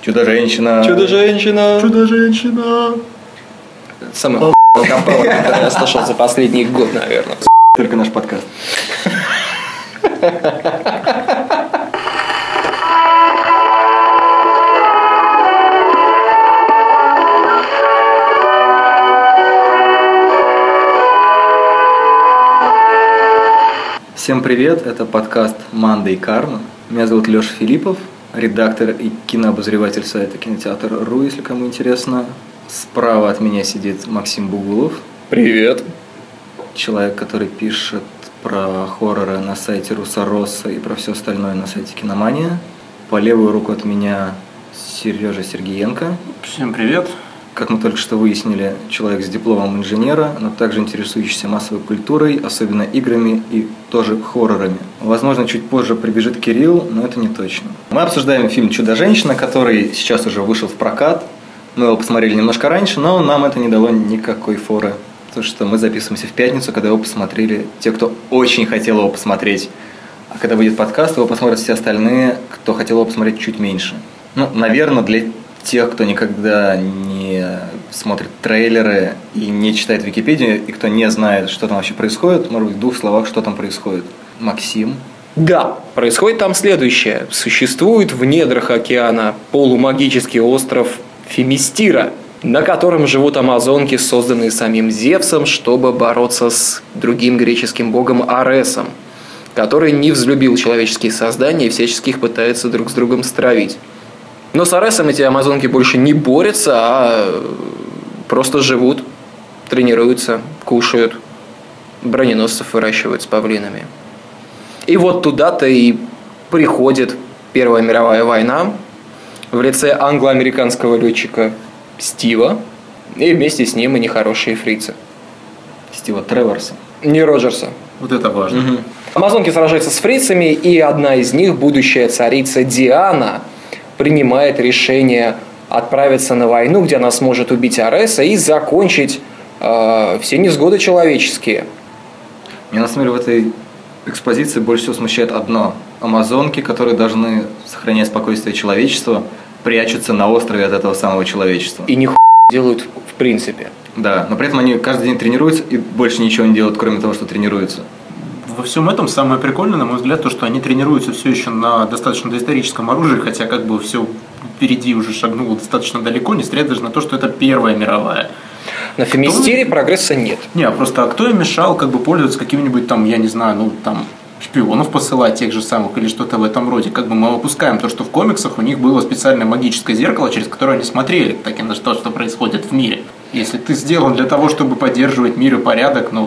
Чудо-женщина. Чудо-женщина. Чудо-женщина. Самый капелла, который я слышал за последний год, наверное. Только наш подкаст. Всем привет, это подкаст «Манда и Карма». Меня зовут Леша Филиппов, редактор и кинообозреватель сайта Кинотеатр.ру, если кому интересно. Справа от меня сидит Максим Бугулов. Привет. Человек, который пишет про хорроры на сайте Руссо-Россо и про все остальное на сайте Киномания. По левую руку от меня Сережа Сергеенко. Всем привет. Как мы только что выяснили, человек с дипломом инженера, но также интересующийся массовой культурой, особенно играми и тоже хоррорами. Возможно, чуть позже прибежит Кирилл, но это не точно. Мы обсуждаем фильм «Чудо-женщина», который сейчас уже вышел в прокат. Мы его посмотрели немножко раньше, но нам это не дало никакой форы. Потому что мы записываемся в пятницу, когда его посмотрели те, кто очень хотел его посмотреть. А когда выйдет подкаст, его посмотрят все остальные, кто хотел его посмотреть чуть меньше. Ну, наверное, для тех, кто никогда не смотрит трейлеры и не читает Википедию, и кто не знает, что там вообще происходит, может быть, в двух словах, что там происходит. Максим? Да, происходит там следующее. Существует в недрах океана полумагический остров Фемистира, на котором живут амазонки, созданные самим Зевсом, чтобы бороться с другим греческим богом Аресом, который не взлюбил человеческие создания и всячески их пытается друг с другом стравить. Но с Аресом эти амазонки больше не борются, а просто живут, тренируются, кушают, броненосцев выращивают с павлинами. И вот туда-то и приходит Первая мировая война в лице англо-американского летчика Стива и вместе с ним и нехорошие фрицы. Стива Треворса. Не Роджерса. Вот это важно. Угу. Амазонки сражаются с фрицами, и одна из них, будущая царица Диана, принимает решение отправиться на войну, где она сможет убить Ареса и закончить все невзгоды человеческие. Меня, на самом деле, в этой экспозиции больше всего смущает одно. Амазонки, которые должны сохранять спокойствие человечества, прячутся на острове от этого самого человечества. И нихуя делают в принципе. Да, но при этом они каждый день тренируются и больше ничего не делают, кроме того, что тренируются. Во всем этом самое прикольное, на мой взгляд, то, что они тренируются все еще на достаточно доисторическом оружии, хотя как бы все впереди уже шагнуло достаточно далеко, несмотря даже на то, что это Первая мировая. На Фемистире прогресса нет. Не, просто кто им мешал как бы пользоваться какими-нибудь там, я не знаю, ну там шпионов посылать тех же самых или что-то в этом роде. Как бы мы опускаем то, что в комиксах у них было специальное магическое зеркало, через которое они смотрели таким на то, что происходит в мире. Если ты сделан для того, чтобы поддерживать мир и порядок, ну...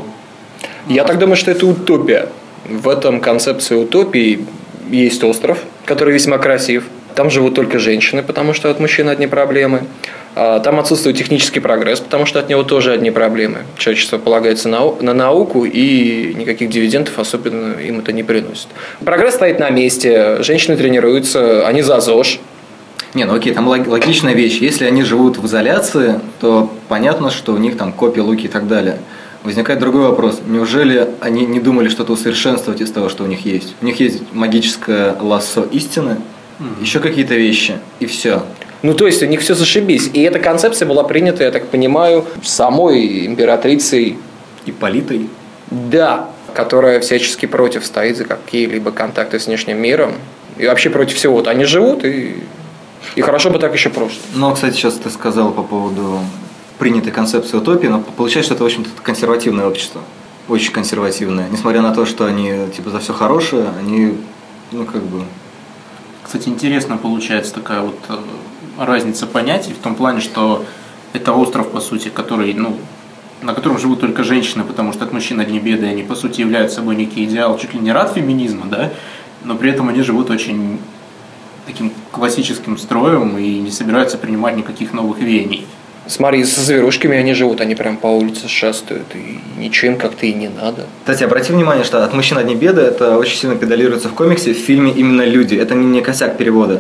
Я так думаю, что это утопия. В этом концепции утопии есть остров, который весьма красив. Там живут только женщины, потому что от мужчин одни проблемы. Там отсутствует технический прогресс, потому что от него тоже одни проблемы. Человечество полагается на науку, и никаких дивидендов особенно им это не приносит. Прогресс стоит на месте, женщины тренируются, они за ЗОЖ. Не, ну окей, там логичная вещь. Если они живут в изоляции, то понятно, что у них там копья, луки и так далее. Возникает другой вопрос. Неужели они не думали что-то усовершенствовать из того, что у них есть? У них есть магическое лассо истины, еще какие-то вещи, и все. Ну, то есть, у них все зашибись. И эта концепция была принята, я так понимаю, самой императрицей Ипполитой? Да, которая всячески против стоит за какие-либо контакты с внешним миром. И вообще против всего. Вот они живут, и хорошо бы так еще просто. Ну, кстати, сейчас ты сказал по поводу принятой концепции утопии, но получается, что это, в общем-то, консервативное общество. Очень консервативное. Несмотря на то, что они, типа, за все хорошее, они, ну, как бы... Кстати, интересно получается такая вот разница понятий в том плане, что это остров, по сути, который, ну, на котором живут только женщины, потому что от мужчин одни беды, они, по сути, являются собой некий идеал, чуть ли не рад феминизма, да, но при этом они живут очень таким классическим строем и не собираются принимать никаких новых веяний. Смотри, со зверушками они живут, они прям по улице шастают, и ничего им как-то и не надо. Кстати, обрати внимание, что от мужчин одни беды, это очень сильно педалируется в комиксе, в фильме именно люди, это не косяк перевода.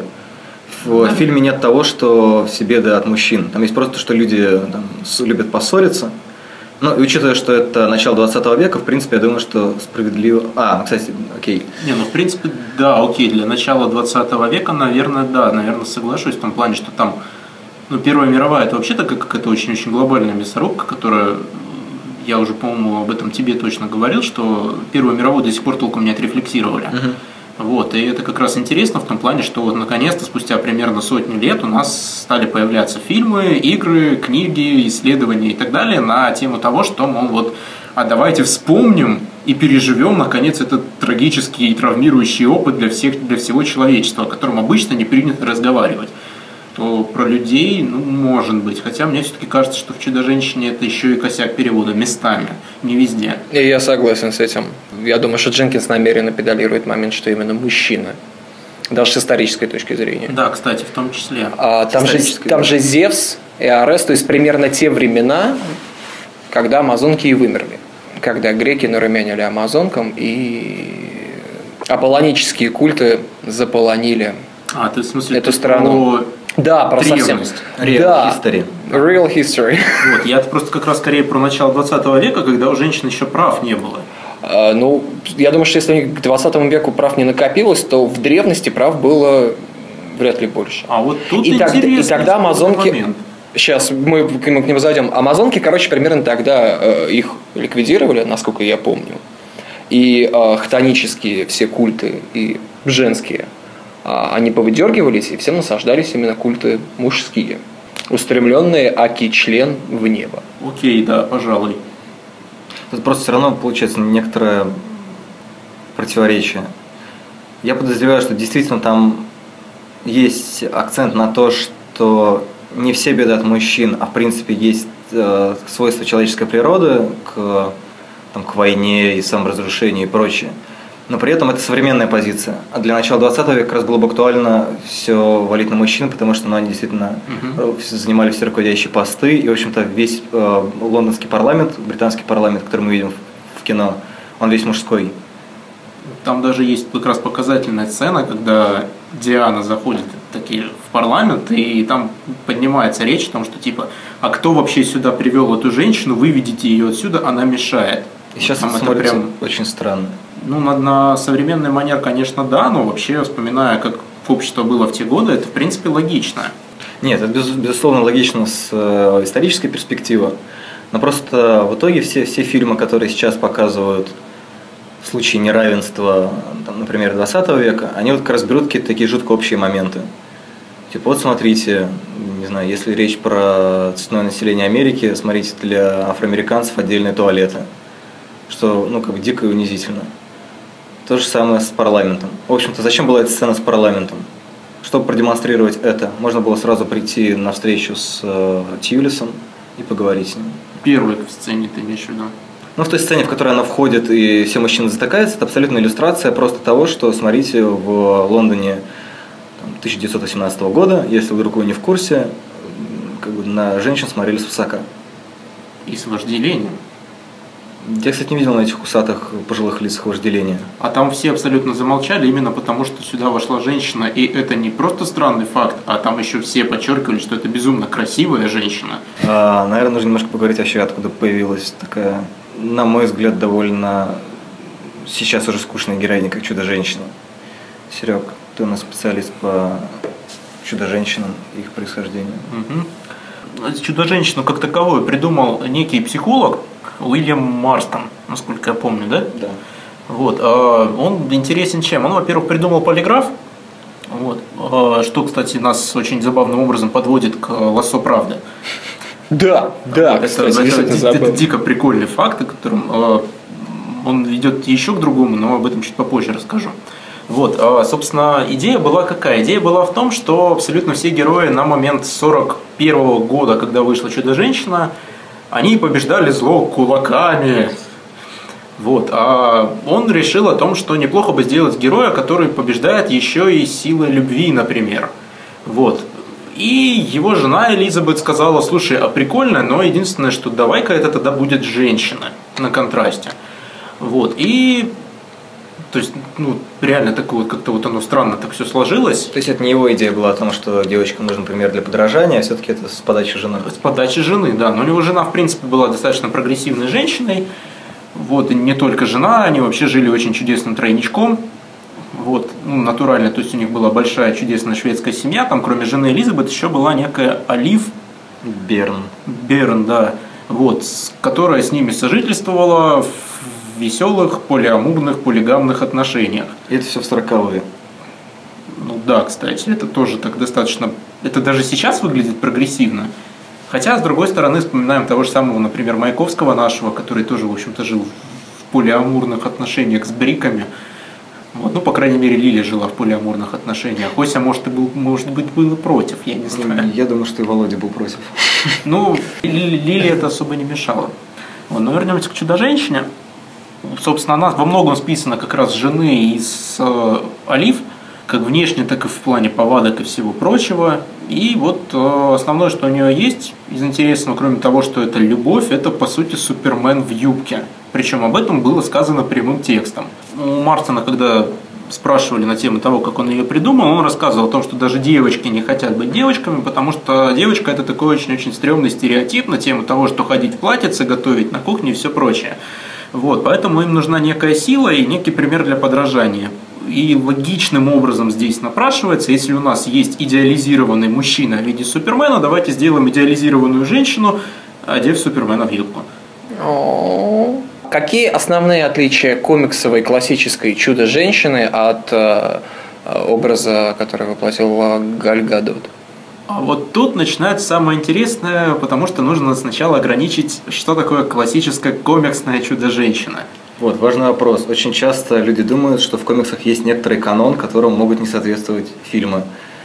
В фильме нет того, что все беды от мужчин. Там есть просто, что люди там любят поссориться, Ну, и учитывая, что это начало 20 века, в принципе, я думаю, что справедливо... Кстати, окей. Не, ну, в принципе, да, окей, для начала 20 века, наверное, соглашусь в том плане, что там, ну, Первая мировая, это вообще-то какая-то очень-очень глобальная мясорубка, которая, я уже, по-моему, об этом тебе точно говорил, что Первую мировую до сих пор толком не отрефлексировали. Вот, и это как раз интересно в том плане, что вот наконец-то спустя примерно 100 лет у нас стали появляться фильмы, игры, книги, исследования и так далее на тему того, что, мол, вот, давайте вспомним и переживем, наконец, этот трагический и травмирующий опыт для всего человечества, о котором обычно не принято разговаривать. То про людей, ну, может быть. Хотя мне все-таки кажется, что в «Чудо-женщине» это еще и косяк перевода местами, не везде. И я согласен с этим. Я думаю, что Дженкинс намеренно педалирует момент, что именно мужчина. Даже с исторической точки зрения. Да, кстати, в том числе. Там же Зевс и Арес, то есть примерно те времена, когда амазонки и вымерли. Когда греки нарумянили амазонкам, и аполлонические культы заполонили Ты в смысле эту страну. Да, про совсем. Real history. Real history. Вот, я просто как раз скорее про начало 20 века, когда у женщин еще прав не было. Ну, я думаю, что если у них к 20 веку прав не накопилось, то в древности прав было вряд ли больше. А вот тут и тогда амазонки... момент. Сейчас мы к нему зайдем. Амазонки, примерно тогда их ликвидировали, насколько я помню. И хтонические все культы и женские, они повыдергивались, и всем насаждались именно культы мужские, устремленные аки-член в небо. Окей, да, пожалуй. Тут просто все равно получается некоторое противоречие. Я подозреваю, что действительно там есть акцент на то, что не все беды от мужчин, а в принципе есть свойства человеческой природы к войне и саморазрушению и прочее. Но при этом это современная позиция. А для начала 20 века как раз было бы актуально все валить на мужчин, потому что они действительно занимали все руководящие посты. И, в общем-то, весь лондонский парламент, британский парламент, который мы видим в кино, он весь мужской. Там даже есть как раз показательная сцена, когда Диана заходит в парламент, и там поднимается речь о том, что типа, а кто вообще сюда привел эту женщину, выведите ее отсюда, она мешает. И сейчас это смотрится прям очень странно. Ну, на современный манер, конечно, да, но вообще, вспоминая, как общество было в те годы, это, в принципе, логично. Нет, это, безусловно, логично с исторической перспективы, но просто в итоге все фильмы, которые сейчас показывают случаи неравенства, например, 20 века, они вот как раз берут какие-то такие жутко общие моменты. Типа, вот смотрите, не знаю, если речь про цветное население Америки, смотрите, для афроамериканцев отдельные туалеты, что, дико и унизительно. То же самое с парламентом. В общем-то, зачем была эта сцена с парламентом? Чтобы продемонстрировать это, можно было сразу прийти на встречу с Тьюлисом и поговорить с ним. Первой в сцене ты имеешь в виду? В той сцене, в которой она входит и все мужчины затыкаются, это абсолютная иллюстрация просто того, что, смотрите, в Лондоне 1918 года, если вдруг вы не в курсе, на женщин смотрели свысока. И с вожделением. Я, кстати, не видел на этих усатых пожилых лицах вожделения. А там все абсолютно замолчали именно потому, что сюда вошла женщина, и это не просто странный факт, а там еще все подчеркивали, что это безумно красивая женщина. Наверное, нужно немножко поговорить вообще, откуда появилась такая, на мой взгляд, довольно сейчас уже скучная героиня, как Чудо-женщина. Серег, ты у нас специалист по Чудо-женщинам и их происхождению. Чудо-женщину как таковую придумал некий психолог Уильям Марстон, насколько я помню, да? Да. Вот. Он интересен чем? Он, во-первых, придумал полиграф, что, кстати, нас очень забавным образом подводит к «Лассо правды». Да, это дико прикольный факт, о котором он ведет еще к другому, но об этом чуть попозже расскажу. Собственно, идея была какая? Идея была в том, что абсолютно все герои на момент 1941 года, когда вышла «Чудо-женщина», они побеждали зло кулаками. А он решил о том, что неплохо бы сделать героя, который побеждает еще и силой любви, например. И его жена Элизабет сказала: слушай, а прикольно, но единственное, что давай-ка это тогда будет женщина на контрасте. И То есть, ну, реально такое вот как-то вот оно странно так все сложилось. То есть это не его идея была о том, что девочкам нужен пример для подражания, а все-таки это с подачи жены. С подачи жены, да. Но у него жена, в принципе, была достаточно прогрессивной женщиной. Вот, и не только жена, они вообще жили очень чудесным тройничком. Вот, ну, натурально, то есть у них была большая чудесная шведская семья. Там, кроме жены Элизабет, еще была некая Олив Берн, да. Вот, которая с ними сожительствовала в веселых, полиамурных, полигамных отношениях. И это все в 40-е. Ну да, кстати, это тоже так достаточно... Это даже сейчас выглядит прогрессивно. Хотя, с другой стороны, вспоминаем того же самого, например, Маяковского нашего, который тоже, в общем-то, жил в полиамурных отношениях с бриками. Вот, ну, по крайней мере, Лилия жила в полиамурных отношениях. Ося, может быть, был и против, я не знаю. Я думаю, что и Володя был против. Ну, Лилии это особо не мешало. Вот, но вернемся к «Чудо-женщине». Собственно, она во многом списана как раз с жены и с Олив, как внешне, так и в плане повадок и всего прочего. И вот основное, что у нее есть из интересного, кроме того, что это любовь, это, по сути, Супермен в юбке. Причем об этом было сказано прямым текстом. У Мартина, когда спрашивали на тему того, как он ее придумал, он рассказывал о том, что даже девочки не хотят быть девочками, потому что девочка – это такой очень-очень стрёмный стереотип на тему того, что ходить в платьице, готовить на кухне и все прочее. Вот, поэтому им нужна некая сила и некий пример для подражания. И логичным образом здесь напрашивается, если у нас есть идеализированный мужчина в виде Супермена, давайте сделаем идеализированную женщину, одев Супермена в юбку. Какие основные отличия комиксовой классической «Чудо-женщины» от образа, который воплотил Галь Гадот? А вот тут начинается самое интересное, потому что нужно сначала ограничить, что такое классическая комиксная «Чудо-женщина». Вот, важный вопрос. Очень часто люди думают, что в комиксах есть некоторый канон, которому могут не соответствовать фильмы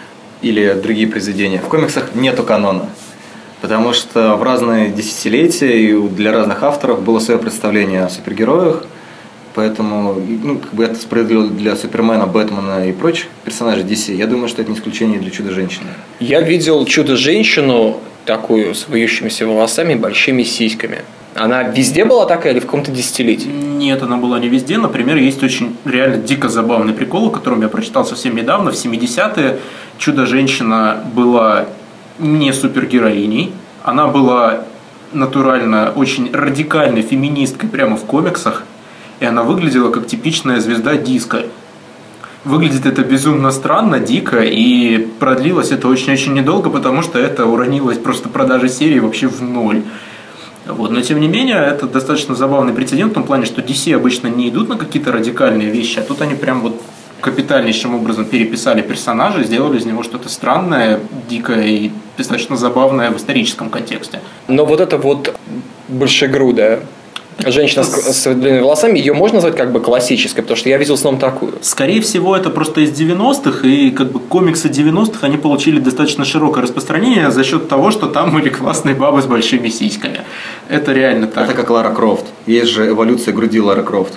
или другие произведения. В комиксах нету канона, потому что в разные десятилетия и для разных авторов было свое представление о супергероях, поэтому это справедливо для Супермена, Бэтмена и прочих персонажей DC. Я думаю, что это не исключение для Чудо-женщины. Я видел Чудо-женщину такую с вьющимися волосами и большими сиськами. Она везде была такая или в каком-то десятилетии? Нет, она была не везде. Например, есть очень реально дико забавный прикол, о котором я прочитал совсем недавно. В 70-е Чудо-женщина была не супергероиней. Она была натурально очень радикальной феминисткой прямо в комиксах. И она выглядела как типичная звезда диска. Выглядит это безумно странно, дико, и продлилось это очень-очень недолго, потому что это уронилось просто продажи серии вообще в ноль. Вот. Но тем не менее, это достаточно забавный прецедент в том плане, что DC обычно не идут на какие-то радикальные вещи, а тут они прям вот капитальнейшим образом переписали персонажа, сделали из него что-то странное, дикое и достаточно забавное в историческом контексте. Но вот это вот большегрудая женщина с длинными волосами, ее можно назвать как бы классической, потому что я видел в основном такую. Скорее всего, это просто из 90-х, и как бы комиксы 90-х, они получили достаточно широкое распространение за счет того, что там были классные бабы с большими сиськами. Это реально так. Это как Лара Крофт. Есть же эволюция груди Лары Крофт.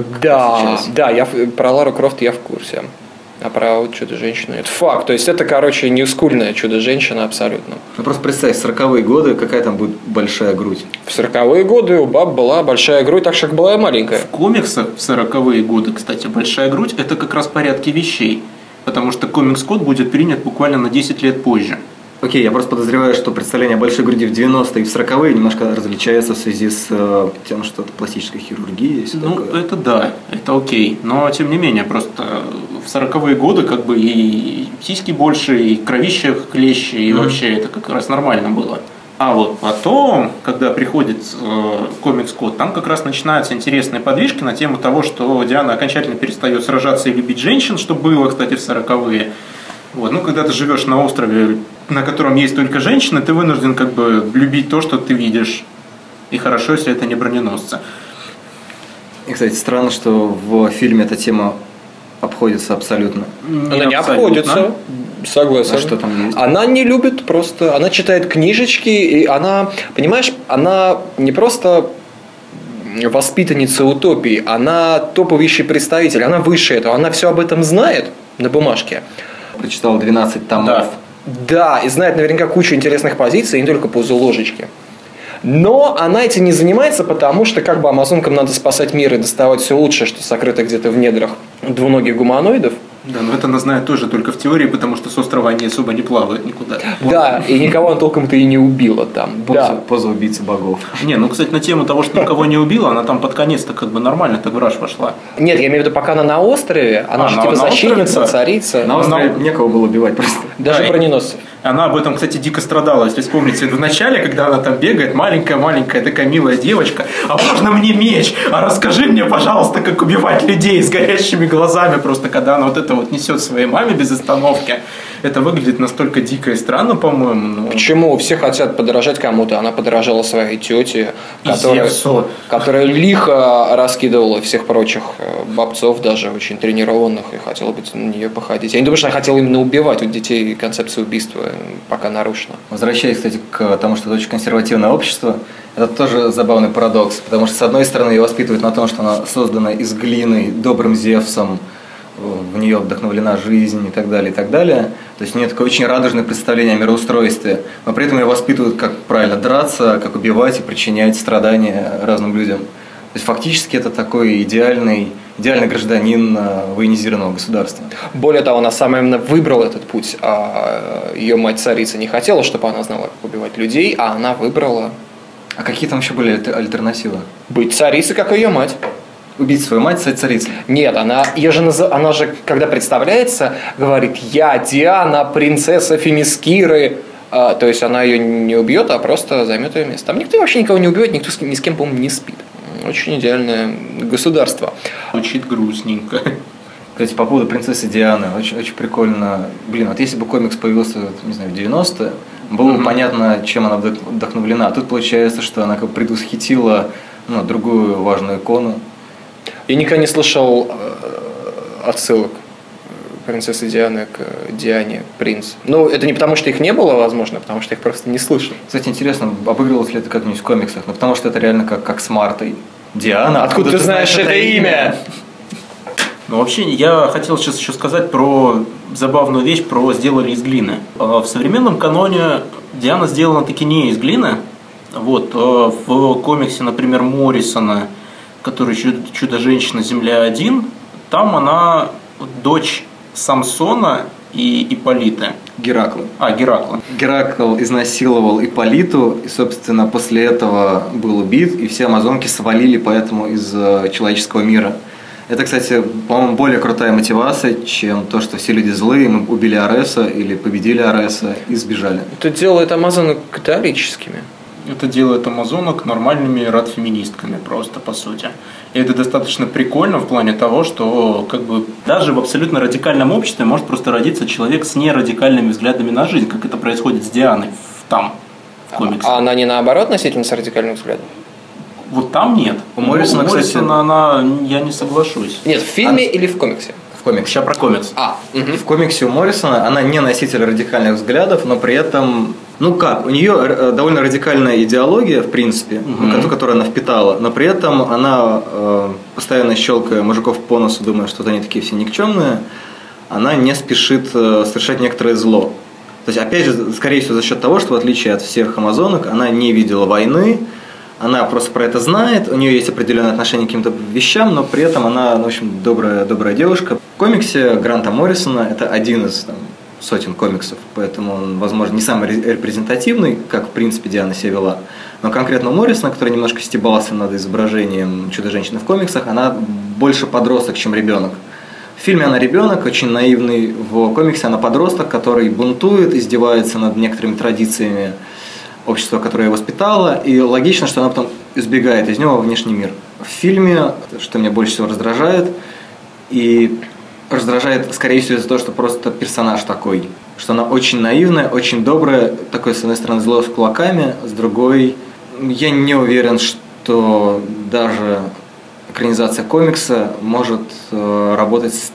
Да, про Лару Крофт я в курсе. А про вот Чудо-женщину это факт. То есть это, короче, ньюскульная Чудо-женщина абсолютно. Ну просто представь, 40-е годы, какая там будет большая грудь. В 40-е годы у баб была большая грудь, так что была и маленькая. В комиксах в 40-е годы, кстати, большая грудь – это как раз порядки вещей. Потому что комикс-код будет принят буквально на 10 лет позже. Окей, я просто подозреваю, что представление о большой груди в 90-е и в 40-е немножко различается в связи с тем, что это пластическая хирургия и все такое. Ну, это да, это окей. Но, тем не менее, просто в 40-е годы как бы и сиськи больше, и кровища хлеще, и вообще это как раз нормально было. А вот потом, когда приходит комикс-код, там как раз начинаются интересные подвижки на тему того, что Диана окончательно перестает сражаться и любить женщин, что было, кстати, в 40-е. Вот. Ну, когда ты живешь на острове, на котором есть только женщины, ты вынужден как бы любить то, что ты видишь. И хорошо, если это не броненосцы. И, кстати, странно, что в фильме эта тема обходится абсолютно. Она не обходится. Согласен. А что там есть? Она не любит просто. Она читает книжечки, и она, понимаешь, она не просто воспитанница утопии, она топовейший представитель, она выше этого, она все об этом знает на бумажке. Прочитал 12 томов. Да, и знает наверняка кучу интересных позиций, и не только по ложечки. Но она этим не занимается, потому что как бы амазонкам надо спасать мир и доставать все лучшее, что сокрыто где-то в недрах двуногих гуманоидов. Да, но это она знает тоже только в теории, потому что с острова они особо не плавают никуда. Да, и никого она толком-то и не убила там. Поза убийцы богов. Не, ну, кстати, на тему того, что никого не убила, она там под конец-то как бы нормально так в раж вошла. Нет, я имею в виду, пока она на острове, она же типа на защитница, острове, царица. На острове некого было убивать просто. Даже Да, броненосцев. Она об этом, кстати, дико страдала, если вспомните. В начале, когда она там бегает, маленькая такая милая девочка. А можно мне меч? А расскажи мне, пожалуйста, как убивать людей с горящими глазами. Просто когда она вот это вот несет своей маме без остановки. Это выглядит настолько дико и странно, по-моему. Но... Почему? Все хотят подражать кому-то. Она подражала своей тете, которая лихо раскидывала всех прочих бобцов, даже очень тренированных, и хотела быть на нее походить. Я не думаю, что она хотела именно убивать. У детей концепция убийства пока нарушена. Возвращаясь, кстати, к тому, что это очень консервативное общество, это тоже забавный парадокс, потому что, с одной стороны, ее воспитывают на том, что она создана из глины добрым Зевсом, в нее вдохновлена жизнь и так далее, и так далее. То есть у нее такое очень радужное представление о мироустройстве, но при этом ее воспитывают, как правильно драться, как убивать и причинять страдания разным людям. То есть фактически это такой идеальный гражданин военизированного государства. Более того, она сама именно выбрала этот путь, а ее мать-царица не хотела, чтобы она знала, как убивать людей, а она выбрала... А какие там еще были альтернативы? Быть царицей, как ее мать. Убить свою мать, стать царицей? Нет, она же, когда представляется, говорит: «Я Диана, принцесса Фемискиры». То есть она ее не убьет, а просто займет ее место. Там никто вообще никого не убьет, никто ни с кем, по-моему, не спит. Очень идеальное государство. Звучит грустненько. Кстати, по поводу принцессы Дианы, очень, очень прикольно. Блин, вот если бы комикс появился, не знаю, в 90-е, было бы понятно, чем она вдохновлена. А тут получается, что она как бы предвосхитила другую важную икону. Я никогда не слышал отсылок принцессы Дианы к Диане принц. Ну, это не потому, что их не было, возможно, а потому что их просто не слышал. Кстати, интересно, обыгрывалось ли это как-нибудь в комиксах? Ну, потому что это реально как с Мартой. Диана, откуда ты знаешь это имя? Ну, вообще, я хотел сейчас еще сказать про забавную вещь, про «сделали из глины». В современном каноне Диана сделана таки не из глины. Вот, в комиксе, например, Моррисона, который «Чудо-женщина. Земля-1», там она дочь Самсона и Ипполиты. Геракла. Геракла. Геракл изнасиловал Ипполиту, и, собственно, после этого был убит, и все амазонки свалили поэтому из человеческого мира. Это, кстати, по-моему, более крутая мотивация, чем то, что все люди злые, мы убили Ареса или победили Ареса и сбежали. Это делает амазонок католическими. Это делает амазонок нормальными радфеминистками просто, по сути. И это достаточно прикольно в плане того, что как бы даже в абсолютно радикальном обществе может просто родиться человек с нерадикальными взглядами на жизнь, как это происходит с Дианой в комиксе. А она не наоборот носительница радикальных взглядов? Вот там нет. У Моррисона, кстати, я не соглашусь. Нет, в фильме или в комиксе? В комиксе. Сейчас про комикс. В комиксе у Моррисона она не носитель радикальных взглядов, но при этом, у нее довольно радикальная идеология, в принципе, которую она впитала, но при этом она, постоянно щелкая мужиков по носу, думая, что они такие все никчемные, она не спешит совершать некоторое зло. То есть, опять же, скорее всего, за счет того, что в отличие от всех амазонок, она не видела войны, она просто про это знает, у нее есть определенное отношение к каким-то вещам, но при этом она, в общем, добрая девушка. В комиксе Гранта Моррисона это один из сотен комиксов, поэтому он, возможно, не самый репрезентативный, как, в принципе, Диана себя вела. Но конкретно Моррисона, который немножко стебался над изображением Чудо-женщины в комиксах, она больше подросток, чем ребенок. В фильме она ребенок, очень наивный, в комиксе она подросток, который бунтует, издевается над некоторыми традициями общество, которое ее воспитало, и логично, что она потом избегает из него внешний мир. В фильме, что меня больше всего раздражает, и раздражает, скорее всего, из-за того, что просто персонаж такой, что она очень наивная, очень добрая, такой, с одной стороны, злой с кулаками, с другой, я не уверен, что даже экранизация комикса может работать с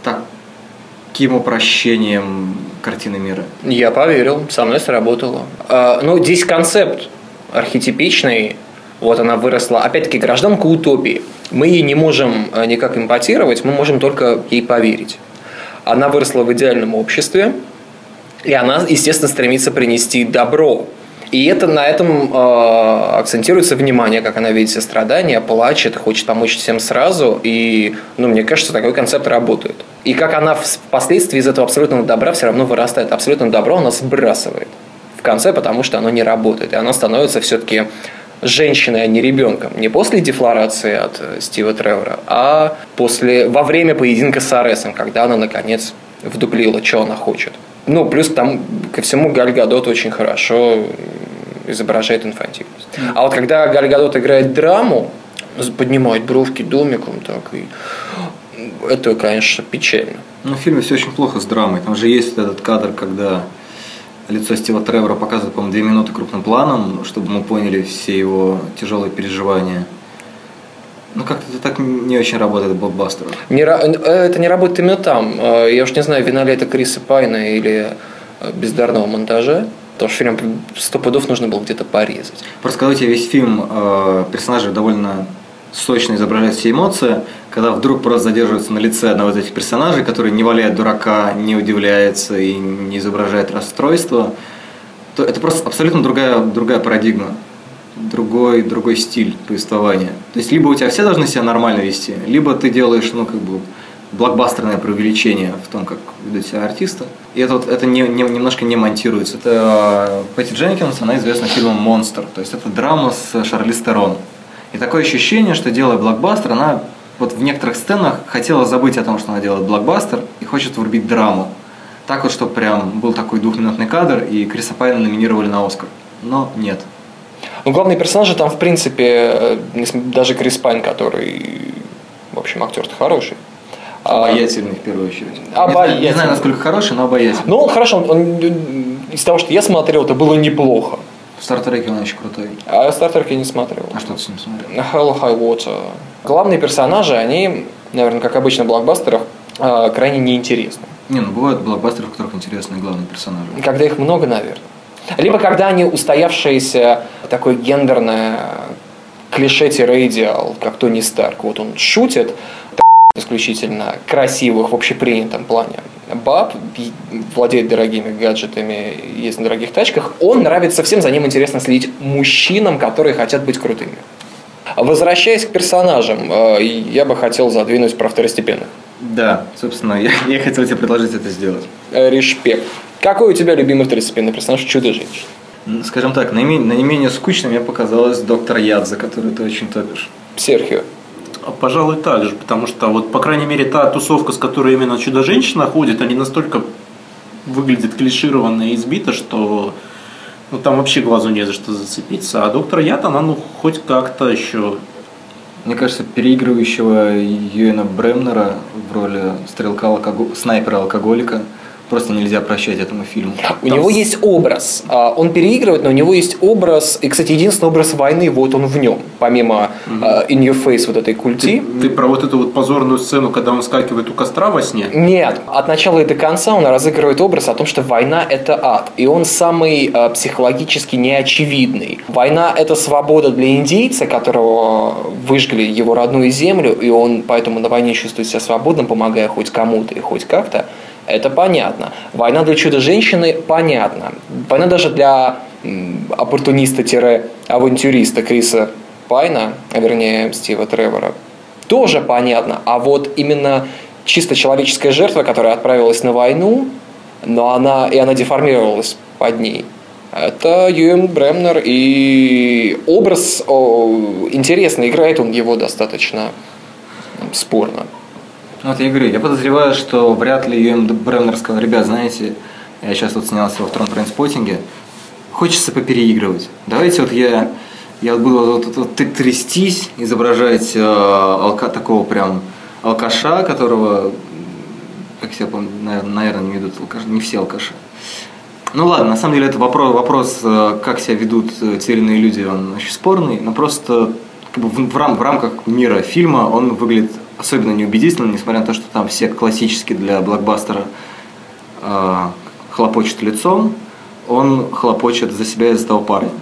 таким упрощением картины мира. Я поверил, со мной сработало. Здесь концепт архетипичный, вот она выросла, опять-таки, гражданка утопии. Мы ей не можем никак импотировать, мы можем только ей поверить. Она выросла в идеальном обществе, и она, естественно, стремится принести добро. И на этом акцентируется внимание, как она видит все страдания, плачет, хочет помочь всем сразу. И, мне кажется, такой концепт работает. И как она впоследствии из этого абсолютного добра все равно вырастает. Абсолютное добро она сбрасывает в конце, потому что оно не работает. И она становится все-таки женщиной, а не ребенком. Не после дефлорации от Стива Тревора, а во время поединка с Аресом, когда она, наконец, вдуплила, что она хочет. Плюс там ко всему Галь Гадот очень хорошо изображает инфантильность. А вот когда Галь Гадот играет драму, поднимает бровки домиком, так, и это, конечно, печально. В фильме все очень плохо с драмой. Там же есть этот кадр, когда лицо Стива Тревора показывают, по-моему, 2 минуты крупным планом, чтобы мы поняли все его тяжелые переживания. Как-то это так не очень работает в блокбастерах. Это не работает именно там. Я уж не знаю, вина ли это Криса Пайна или бездарного монтажа. Потому что фильм 100 пудов нужно было где-то порезать. Просто когда у тебя весь фильм персонажи довольно сочно изображают все эмоции, когда вдруг просто задерживается на лице одного из этих персонажей, который не валяет дурака, не удивляется и не изображает расстройство, то это просто абсолютно другая парадигма, другой стиль повествования. То есть либо у тебя все должны себя нормально вести, либо ты делаешь, блокбастерное преувеличение в том, как ведут себя артисты. И это немножко не монтируется. Это Пэтти Дженкинс, она известна фильмом «Монстр». То есть это драма с Шарлиз Терон. И такое ощущение, что, делая блокбастер, она вот в некоторых сценах хотела забыть о том, что она делает блокбастер, и хочет врубить драму. Так вот, чтобы прям был такой 2-минутный кадр, и Криса Пайна номинировали на «Оскар». Но нет. Главные персонажи там, в принципе, даже Крис Пайн, который, в общем, актер-то хороший. Обаятельный, в первую очередь. Не знаю, насколько хороший, но обаятельный. Он хорошо, из того, что я смотрел, это было неплохо. В «Стартреке» он очень крутой. А «Стартрек» я не смотрел. А что ты с ним смотрел? Hell High Water. Главные персонажи, они, наверное, как обычно в блокбастерах, крайне неинтересны. Бывают блокбастеры, в которых интересные главные персонажи. Когда их много, наверное. Либо когда они устоявшиеся, такое гендерное клише-идеал, как Тони Старк. Вот он шутит, исключительно красивых в общепринятом плане баб, владеет дорогими гаджетами, ездит на дорогих тачках. Он нравится всем, за ним интересно следить мужчинам, которые хотят быть крутыми. Возвращаясь к персонажам, я бы хотел задвинуть про второстепенных. Да, собственно, я хотел тебе предложить это сделать. Респект. Какой у тебя любимый второстепенный персонаж «Чудо-женщина»? Скажем так, наименее скучным мне показалось доктор Ядза, который ты очень топишь. Серхио. Пожалуй, так же, потому что, по крайней мере, та тусовка, с которой именно Чудо-женщина ходит, они настолько выглядят клишированно и избито, что там вообще глазу не за что зацепиться. А доктор Яд, она хоть как-то еще... Мне кажется, переигрывающего Юэна Бремнера в роли снайпера-алкоголика просто нельзя прощать этому фильму. У него есть образ. Он переигрывает, но у него есть образ. И, кстати, единственный образ войны, вот он в нем. Помимо In Your Face вот этой культи. Ты про вот эту позорную сцену, когда он скакивает у костра во сне? Нет. От начала и до конца он разыгрывает образ о том, что война – это ад. И он самый психологически неочевидный. Война – это свобода для индейца, которого выжгли его родную землю, и он поэтому на войне чувствует себя свободным, помогая хоть кому-то и хоть как-то. Это понятно. Война для Чудо-женщины – понятно. Война даже для оппортуниста-авантюриста Криса Пайна, вернее, Стива Тревора, тоже понятно. А вот именно чисто человеческая жертва, которая отправилась на войну, но она деформировалась под ней, это Юэн Бремнер, и образ интересно, играет он его достаточно спорно. Вот я говорю, я подозреваю, что вряд ли Юэн Бремнер сказал: ребят, знаете, я сейчас снялся во втором «Трейнспоттинге», хочется попереигрывать. Давайте я буду трястись, изображать такого прям алкаша, которого, как я помню, наверное, не ведут алкаши, не все алкаши. Ну ладно, на самом деле это вопрос, как себя ведут те или иные люди, он очень спорный, но просто в рамках мира фильма он выглядит особенно неубедительно, несмотря на то, что там все классически для блокбастера хлопочут лицом, он хлопочет за себя и за того парня.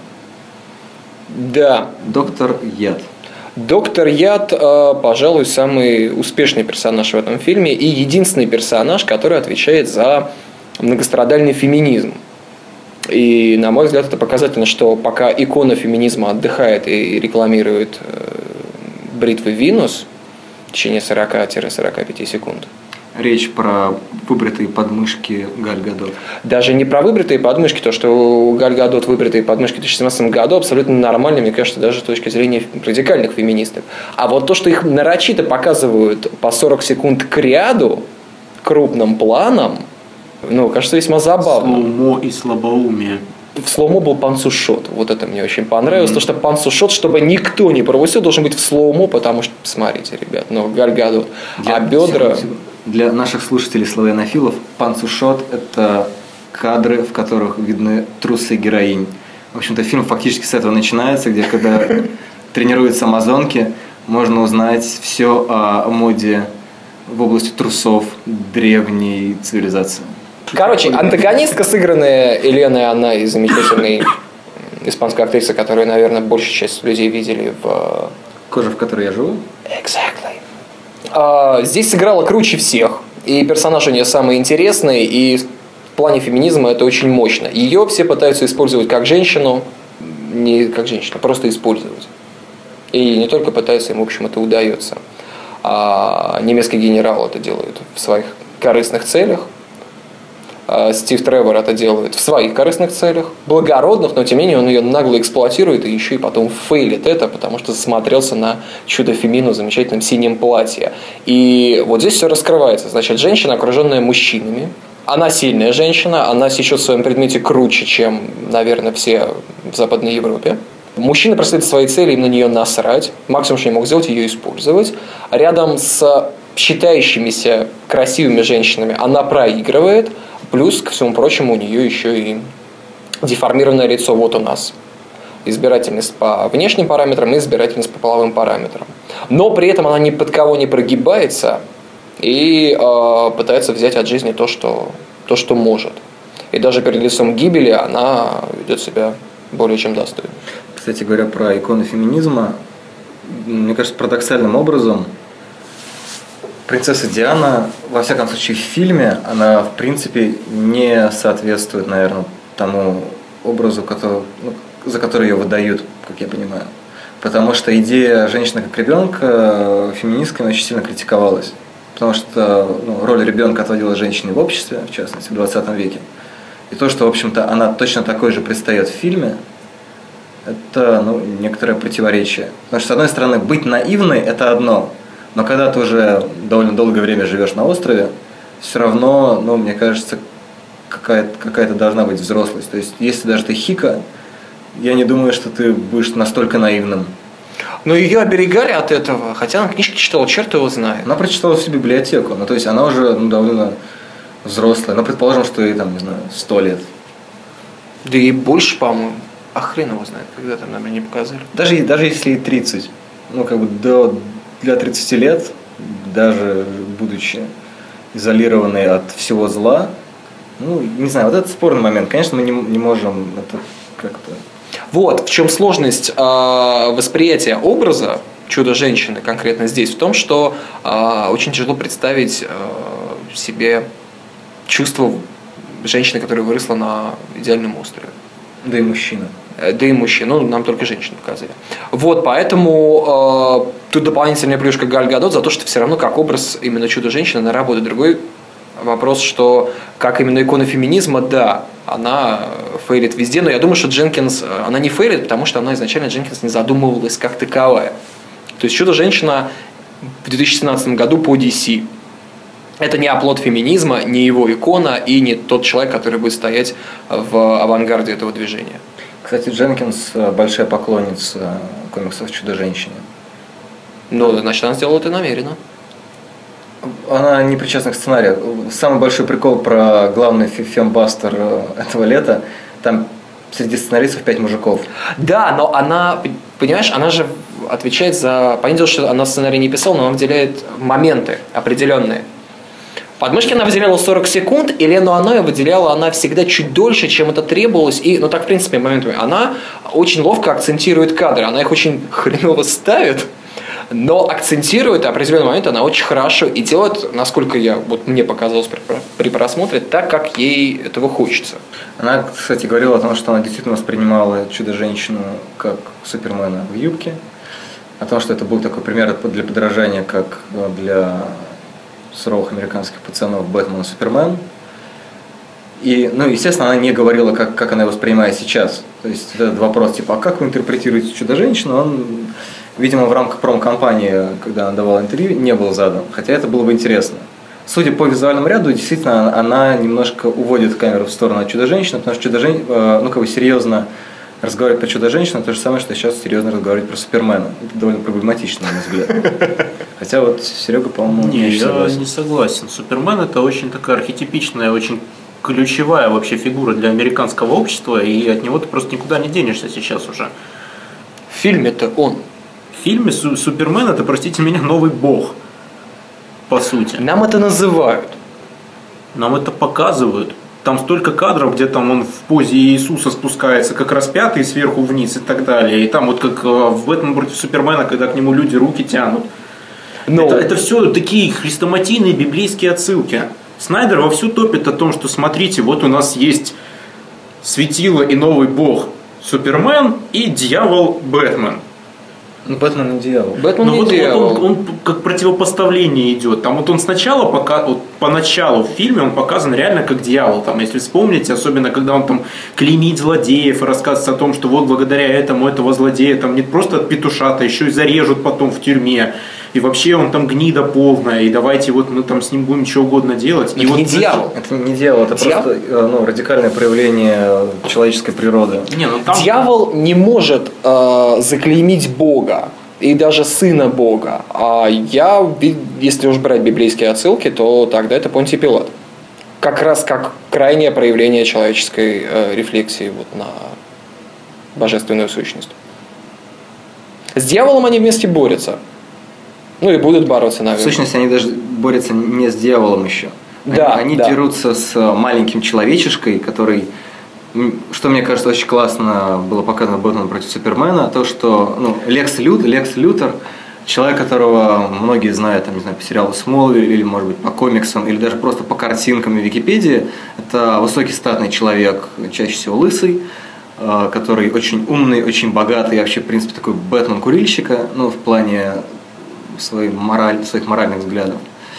Да. Доктор Яд. Доктор Яд, пожалуй, самый успешный персонаж в этом фильме и единственный персонаж, который отвечает за многострадальный феминизм. И, на мой взгляд, это показательно, что пока икона феминизма отдыхает и рекламирует бритвы Винус в течение 40-45 секунд. Речь про выбритые подмышки Галь Гадот. Даже не про выбритые подмышки, то, что у Галь Гадот выбритые подмышки в 2017 году абсолютно нормально, мне кажется, даже с точки зрения радикальных феминисток. А вот то, что их нарочито показывают по 40 секунд к ряду, крупным планом, кажется, весьма забавно. Слоумо и слабоумие. В слоумо был панцушот. Вот это мне очень понравилось. То, что панцушот, чтобы никто не пропустил, должен быть в слоумо, потому что, смотрите, ребят, Галь Гадот. А бедра... Для наших слушателей славянофилов панцушот – это кадры, в которых видны трусы героинь. В общем-то, фильм фактически с этого начинается, где, когда тренируются амазонки, можно узнать все о моде в области трусов древней цивилизации. Короче, антагонистка, сыгранная Еленой, она из замечательной испанской актрисы, которую, наверное, большая часть людей видели в... «Кожа, в которой я живу». Exactly. Здесь сыграла круче всех. И персонаж у нее самый интересный, и в плане феминизма это очень мощно. Ее все пытаются использовать как женщину, не как женщину, просто использовать. И не только пытаются, им, в общем, это удается. Немецкий генерал это делает в своих корыстных целях. Стив Тревор это делает в своих корыстных целях, благородных, но тем не менее он ее нагло эксплуатирует и еще и потом фейлит это, потому что засмотрелся на чудо Фемину в замечательном синем платье. И вот здесь все раскрывается. Значит, женщина, окруженная мужчинами, она сильная женщина, она сечет в своем предмете круче, чем, наверное, все в Западной Европе. Мужчины преследуют свои цели, им на нее насрать. Максимум, что они могут сделать, ее использовать. Рядом с считающимися красивыми женщинами она проигрывает. Плюс, ко всему прочему, у нее еще и деформированное лицо. Вот у нас избирательность по внешним параметрам и избирательность по половым параметрам. Но при этом она ни под кого не прогибается и пытается взять от жизни то, что может. И даже перед лицом гибели она ведет себя более чем достойно. Кстати говоря, про икону феминизма, мне кажется, парадоксальным образом принцесса Диана, во всяком случае в фильме, она в принципе не соответствует, наверное, тому образу, за который ее выдают, как я понимаю. Потому что идея женщины как ребенка феминистками очень сильно критиковалась. Потому что роль ребенка отводила женщине в обществе, в частности, в 20 веке. И то, что, в общем-то, она точно такой же предстает в фильме, это некоторое противоречие. Потому что, с одной стороны, быть наивной – это одно. Но когда ты уже довольно долгое время живешь на острове, все равно, мне кажется, какая-то должна быть взрослость. То есть, если даже ты хика, я не думаю, что ты будешь настолько наивным. Но ее оберегали от этого, хотя она книжки читала, черт его знает. Она прочитала всю библиотеку, то есть она уже довольно взрослая. Предположим, что ей 100 лет. Да и больше, по-моему. А хрен его знает, когда там нам не показали. Даже если ей 30, для 30 лет, даже будучи изолированной от всего зла, не знаю, вот это спорный момент. Конечно, мы не можем это как-то... Вот в чем сложность восприятия образа чудо-женщины конкретно здесь, в том, что очень тяжело представить себе чувство женщины, которая выросла на идеальном острове. Да и мужчина. Нам только женщины показали. Вот, поэтому тут дополнительная плюшка Галь Гадот за то, что все равно как образ именно чудо-женщины она работает. Другой вопрос, что как именно икона феминизма, да, она фейлит везде, но я думаю, что Дженкинс, она не фейлит, потому что она изначально Дженкинс не задумывалась как таковая. То есть чудо-женщина в 2017 году по DC. Это не оплот феминизма, не его икона и не тот человек, который будет стоять в авангарде этого движения. Кстати, Дженкинс большая поклонница комиксов «Чудо-женщине». Значит, она сделала это намеренно. Она не причастна к сценарию. Самый большой прикол про главный фембастер этого лета, там среди сценаристов 5 мужиков. Да, но она, понимаешь, она же отвечает за... Понятное дело, что она сценарий не писала, но она выделяет моменты определенные. Подмышки она выделяла 40 секунд, и Лену Аноя выделяла она всегда чуть дольше, чем это требовалось. И, так, в принципе, моментами. Она очень ловко акцентирует кадры, она их очень хреново ставит, Но акцентирует определенный момент она очень хорошо и делает, насколько мне показалось при просмотре, так, как ей этого хочется. Она, кстати, говорила о том, что она действительно воспринимала Чудо-женщину как Супермена в юбке, о том, что это был такой пример для подражания, как для суровых американских пацанов Бэтмен и Супермен. И, естественно, она не говорила, как она его воспринимает сейчас. То есть этот вопрос, типа, а как вы интерпретируете Чудо-женщину, он, видимо, в рамках промо-компании, когда она давала интервью, не был задан. Хотя это было бы интересно. Судя по визуальному ряду, действительно, она немножко уводит камеру в сторону от Чудо-женщины, потому что Чудо-женщина, серьезно разговаривать про Чудо-женщину, то же самое, что сейчас серьезно разговаривать про Супермена. Это довольно проблематично, на мой взгляд. Хотя вот Серега, по-моему, я не согласен. Супермен — это очень такая архетипичная, очень ключевая вообще фигура для американского общества, и от него ты просто никуда не денешься сейчас уже. В фильме-то он. В фильме Супермен — это, простите меня, новый бог, по сути. Нам это называют. Нам это показывают. Там столько кадров, где там он в позе Иисуса спускается, как распятый сверху вниз и так далее. И там вот как в «Бэтмен против Супермена», когда к нему люди руки тянут. Это все такие хрестоматийные библейские отсылки. Снайдер вовсю топит о том, что смотрите, вот у нас есть светило и новый бог Супермен и дьявол Бэтмен. Бэтмен не дьявол. Бэтмен не дьявол. Вот он как противопоставление идет. Там вот он сначала, поначалу в фильме он показан реально как дьявол. Там, если вспомните, особенно когда он там клеймит злодеев и рассказывает о том, что вот благодаря этому этого злодея там не просто от петушата, еще и зарежут потом в тюрьме. И вообще он там гнида полная, и давайте вот мы там с ним будем что угодно делать. Это не дьявол. Это не дьявол, это просто радикальное проявление человеческой природы. Дьявол не может заклеймить Бога и даже сына Бога. А если уж брать библейские отсылки, то тогда это Понтий Пилат. Как раз как крайнее проявление человеческой рефлексии на божественную сущность. С дьяволом они вместе борются. И будут бороться, наверное. В сущности, они даже борются не с дьяволом еще. Они дерутся с маленьким человечешкой, который, что мне кажется, очень классно было показано в «Бэтмен против Супермена», то, что Лекс Лютер, человек, которого многие знают, по сериалу «Смолвиль», или, может быть, по комиксам, или даже просто по картинкам в Википедии, это высокий статный человек, чаще всего лысый, который очень умный, очень богатый, и вообще, в принципе, такой Бэтмен-курильщика, в плане своих моральных взглядов.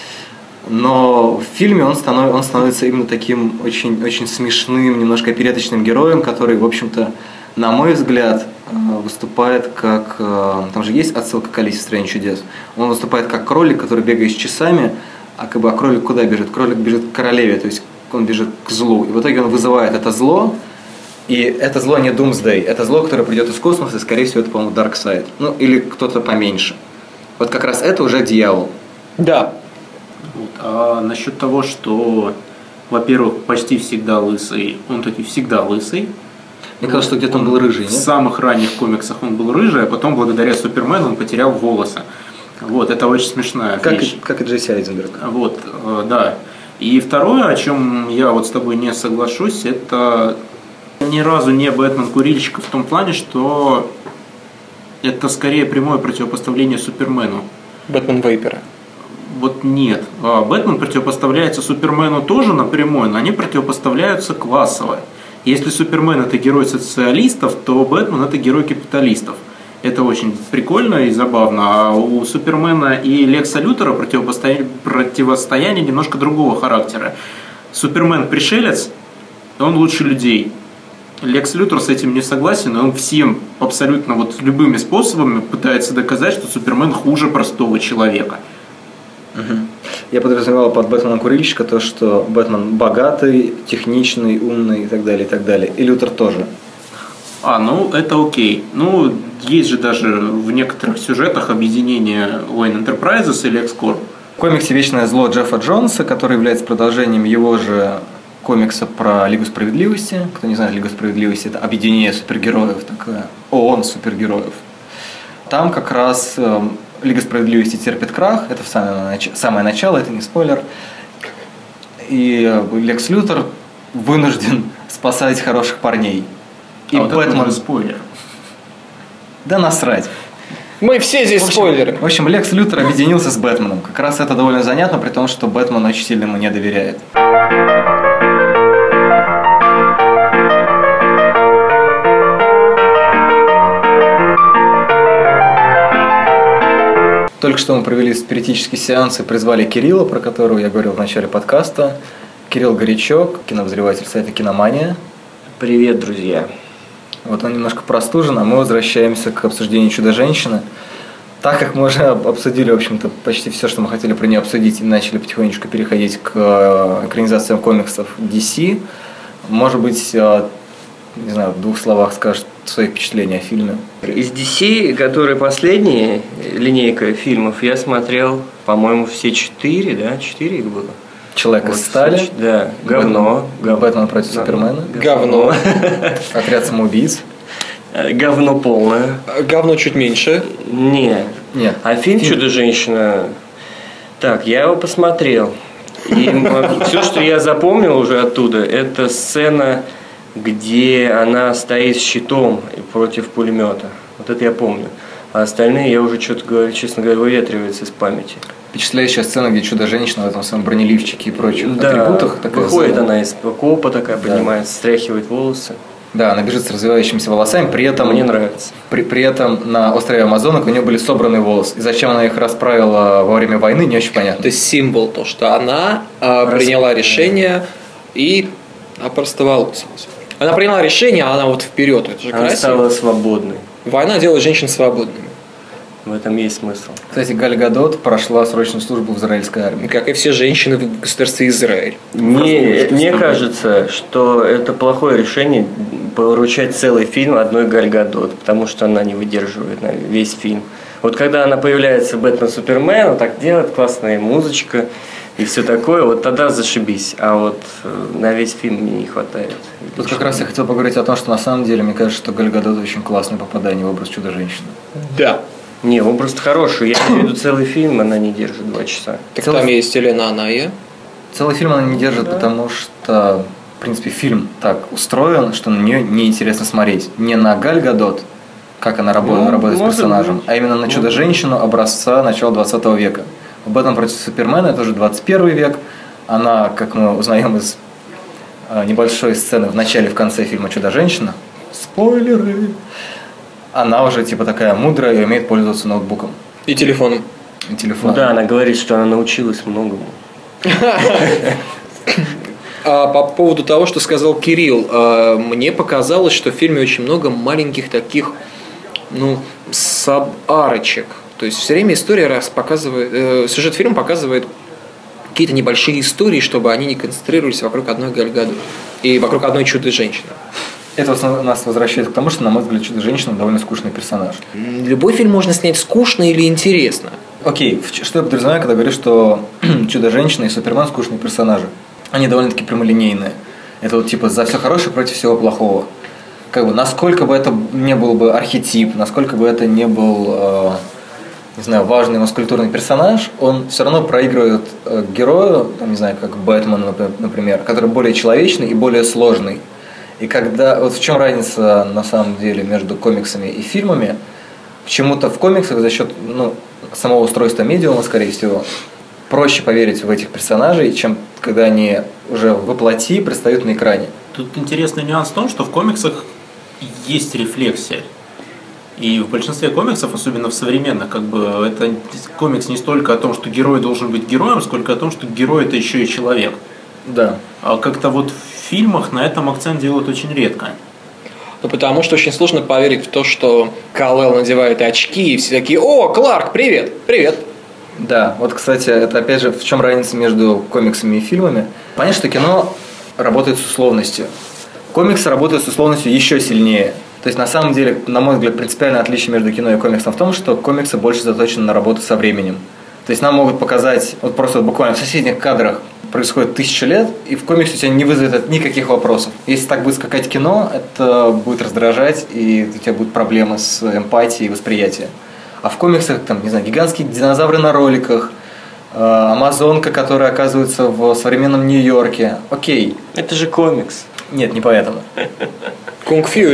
Но в фильме он становится именно таким очень, очень смешным, немножко опереточным героем, который, в общем-то, на мой взгляд, выступает как... Там же есть отсылка к «Алисе в стране чудес». Он выступает как кролик, который бегает с часами, а кролик куда бежит? Кролик бежит к королеве, то есть он бежит к злу. И в итоге он вызывает это зло, и это зло не Doomsday, это зло, которое придет из космоса, и, скорее всего, это, по-моему, Darkseid. Или кто-то поменьше. Вот как раз это уже дьявол. Да. А насчет того, что, во-первых, почти всегда лысый, он таки всегда лысый. Мне кажется, что где-то он был рыжий, нет? В самых ранних комиксах он был рыжий, а потом, благодаря Супермену, он потерял волосы. Это очень смешная вещь. Как и Джесси Айзенберг. Да. И второе, о чем я с тобой не соглашусь, это ни разу не Бэтмен-курильщик в том плане, что это скорее прямое противопоставление Супермену. Бэтмен-вейпера. Нет. Бэтмен противопоставляется Супермену тоже напрямую, но они противопоставляются классово. Если Супермен — это герой социалистов, то Бэтмен — это герой капиталистов. Это очень прикольно и забавно. А у Супермена и Лекса Лютера противостояние немножко другого характера. Супермен — пришелец, он лучше людей. Лекс Лютер с этим не согласен, и он всем абсолютно любыми способами пытается доказать, что Супермен хуже простого человека. Угу. Я подразумевал под Бэтменом-курильщика то, что Бэтмен богатый, техничный, умный и так далее, и так далее. И Лютер тоже. Это окей. Есть же даже в некоторых сюжетах объединение Wayne Enterprises и LexCorp. В комиксе «Вечное зло» Джеффа Джонса, который является продолжением его же комикса про Лигу Справедливости. Кто не знает, Лига Справедливости — это объединение супергероев, такое ООН супергероев. Там как раз Лига Справедливости терпит крах, это самое начало, это не спойлер. И Лекс Лютер вынужден спасать хороших парней. И Бэтмен... это спойлер. Да насрать. Мы все здесь спойлеры. В общем, Лекс Лютер объединился с Бэтменом. Как раз это довольно занятно, при том, что Бэтмен очень сильно ему не доверяет. Только что мы провели спиритический сеанс и призвали Кирилла, про которого я говорил в начале подкаста. Кирилл Горячок, кинообозреватель сайта «Киномания». Привет, друзья. Вот он немножко простужен, а мы возвращаемся к обсуждению «Чудо-женщины». Так как мы уже обсудили, в общем-то, почти все, что мы хотели про нее обсудить, и начали потихонечку переходить к экранизациям комиксов DC, может быть, не знаю, в 2 словах скажешь свои впечатления о фильме. Из DC, которые последние, линейка фильмов, я смотрел, по-моему, все 4, да? 4 их было. «Человек из стали». Да, говно. «Бэтмен против Супермена». Говно. «Отряд самоубийц». Говно полное. Говно чуть меньше. Нет. А фильм «Чудо-женщина», так, я его посмотрел. И все, что я запомнил уже оттуда, это сцена, где она стоит с щитом против пулемета. Вот это я помню. А остальные я уже что-то, честно говоря, выветривается из памяти. Впечатляющая сцена, где Чудо-женщина в этом своем бронеливчике и прочих атрибутах. Выходит она из окопа такая, поднимается, стряхивает волосы. Да, она бежит с развивающимися волосами, при этом... Мне нравится. При этом на острове Амазонок у нее были собраны волосы. И зачем она их расправила во время войны, не очень понятно. То есть символ то, что она приняла решение и опростоволосилась. Она приняла решение, а она вот вперед. Это же она красиво. стала свободной. Война делает женщин свободными. В этом есть смысл. Кстати, Галь Гадот прошла срочную службу в израильской армии. Как и все женщины в государстве Израиль. Мне кажется, что это плохое решение поручать целый фильм одной Галь Гадот, потому что она не выдерживает весь фильм. Вот когда она появляется в «Бэтмен Супермен», она так делает, классная музычка и все такое, вот тогда зашибись. А вот на весь фильм мне не хватает. Тут как раз я хотел поговорить о том, что на самом деле, мне кажется, что Галь Гадот очень классное попадание в образ Чудо-женщины. Да. Не, образ хороший. Я имею в виду целый фильм, она не держит 2 часа. Так там есть Елена Аная. Целый фильм она не держит, потому что, в принципе, фильм так устроен, что на нее неинтересно смотреть. Не на Галь Гадот, как она работает с персонажем, а именно на Чудо-женщину образца начала 20 века. «Бэтмен против Супермена» – это уже 21 век. Она, как мы узнаем из небольшой сцены в начале и в конце фильма «Чудо-женщина», спойлеры, она уже типа такая мудрая и умеет пользоваться ноутбуком. И телефоном. Ну да, она говорит, что она научилась многому. По поводу того, что сказал Кирилл, мне показалось, что в фильме очень много маленьких таких, саб-арочек. То есть все время история показывает, сюжет фильма показывает какие-то небольшие истории, чтобы они не концентрировались вокруг одной Галь Гадот и вокруг одной Чудо-женщины. Это нас возвращает к тому, что, на мой взгляд, Чудо-женщина довольно скучный персонаж. Любой фильм можно снять скучно или интересно. Окей, что я подразумеваю, когда говорю, что Чудо-женщина и Супермен скучные персонажи? Они довольно-таки прямолинейные. Это вот типа за все хорошее против всего плохого. Как бы, насколько бы это не был бы архетип, насколько бы это не был, не знаю, важный маскультурный персонаж, он все равно проигрывает герою, не знаю, как Бэтмен, например, который более человечный и более сложный. И когда, вот в чем разница на самом деле между комиксами и фильмами, почему-то в комиксах за счет самого устройства медиума, скорее всего, проще поверить в этих персонажей, чем когда они уже воплоти предстают на экране. Тут интересный нюанс в том, что в комиксах есть рефлексия. И в большинстве комиксов, особенно в современных, это комикс не столько о том, что герой должен быть героем, сколько о том, что герой – это еще и человек. Да. А как-то вот в фильмах на этом акцент делают очень редко. Потому что очень сложно поверить в то, что Кал-El надевает очки, и все такие: «О, Кларк, привет, привет». Да, вот, кстати, это опять же в чем разница между комиксами и фильмами. Понятно, что кино работает с условностью. Комиксы работают с условностью еще сильнее. То есть, на самом деле, на мой взгляд, принципиальное отличие между кино и комиксом в том, что комиксы больше заточены на работу со временем. То есть, нам могут показать, вот просто буквально в соседних кадрах происходит 1000 лет, и в комиксе у тебя не вызовет это никаких вопросов. Если так будет скакать кино, это будет раздражать, и у тебя будут проблемы с эмпатией и восприятием. А в комиксах, гигантские динозавры на роликах, амазонка, которая оказывается в современном Нью-Йорке. Окей. Это же комикс. Нет, не поэтому. Кунг Фьюри.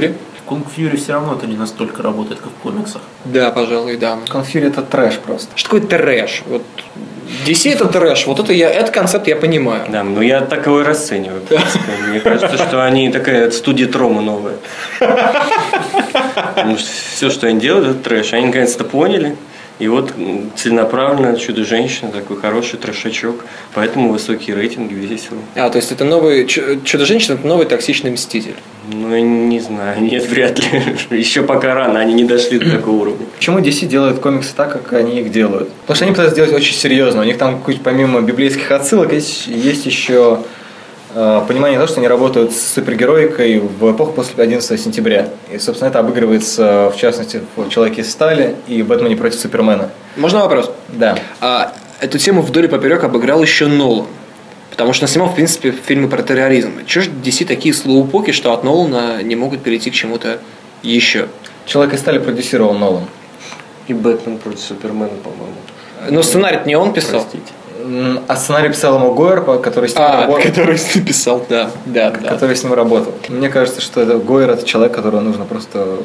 Конг Фьюри все равно это не настолько работает, как в комиксах. Да, пожалуй, да. Конг Фьюри это трэш просто. Что такое трэш? Вот DC это трэш, вот этот концепт я понимаю. Да, ну я так его и расцениваю. В принципе. Мне кажется, что они такая студия Трома новая. Потому что все, что они делают, это трэш. Они наконец-то поняли. И вот целенаправленно «Чудо-женщина», такой хороший трэшачок, поэтому высокие рейтинги, весело. То есть это новый Чудо-женщина, это новый токсичный мститель. Ну, я не знаю, нет, вряд ли. Еще пока рано, они не дошли до такого уровня. Почему DC делают комиксы так, как они их делают? Потому что они пытаются сделать очень серьезно. У них там помимо библейских отсылок есть еще понимание того, что они работают с супергероикой в эпоху после 11 сентября. И, собственно, это обыгрывается, в частности, в «Человеке из стали» и «Бэтмене против Супермена». Можно вопрос? Да. Эту тему вдоль и поперек обыграл еще Нолан. Потому что он снимал, в принципе, фильмы про терроризм. Чего же DC такие слоупоки, что от Нолана не могут перейти к чему-то еще? «Человек из стали» продюсировал Нолан. И «Бэтмен против Супермена», по-моему. Но сценарий не он писал? Простите. А сценарий писал ему Гойер, который с ним работал. Который написал, да. Который с ним работал. Мне кажется, что Гойер – это человек, которого нужно просто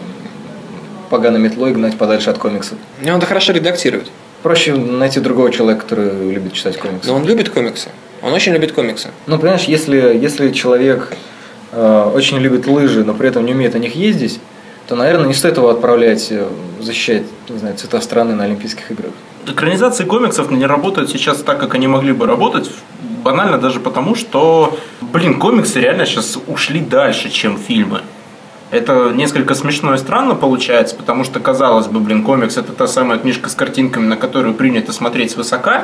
поганой метлой гнать подальше от комиксов. И он это хорошо редактирует. Проще найти другого человека, который любит читать комиксы. Но он любит комиксы. Он очень любит комиксы. Ну, понимаешь, если человек очень любит лыжи, но при этом не умеет на них ездить, то, наверное, не стоит его отправлять защищать, не знаю, цвета страны на Олимпийских играх. Экранизации комиксов не работают сейчас так, как они могли бы работать. Банально даже потому, что, комиксы реально сейчас ушли дальше, чем фильмы. Это несколько смешно и странно получается, потому что, казалось бы, комикс – это та самая книжка с картинками, на которую принято смотреть свысока,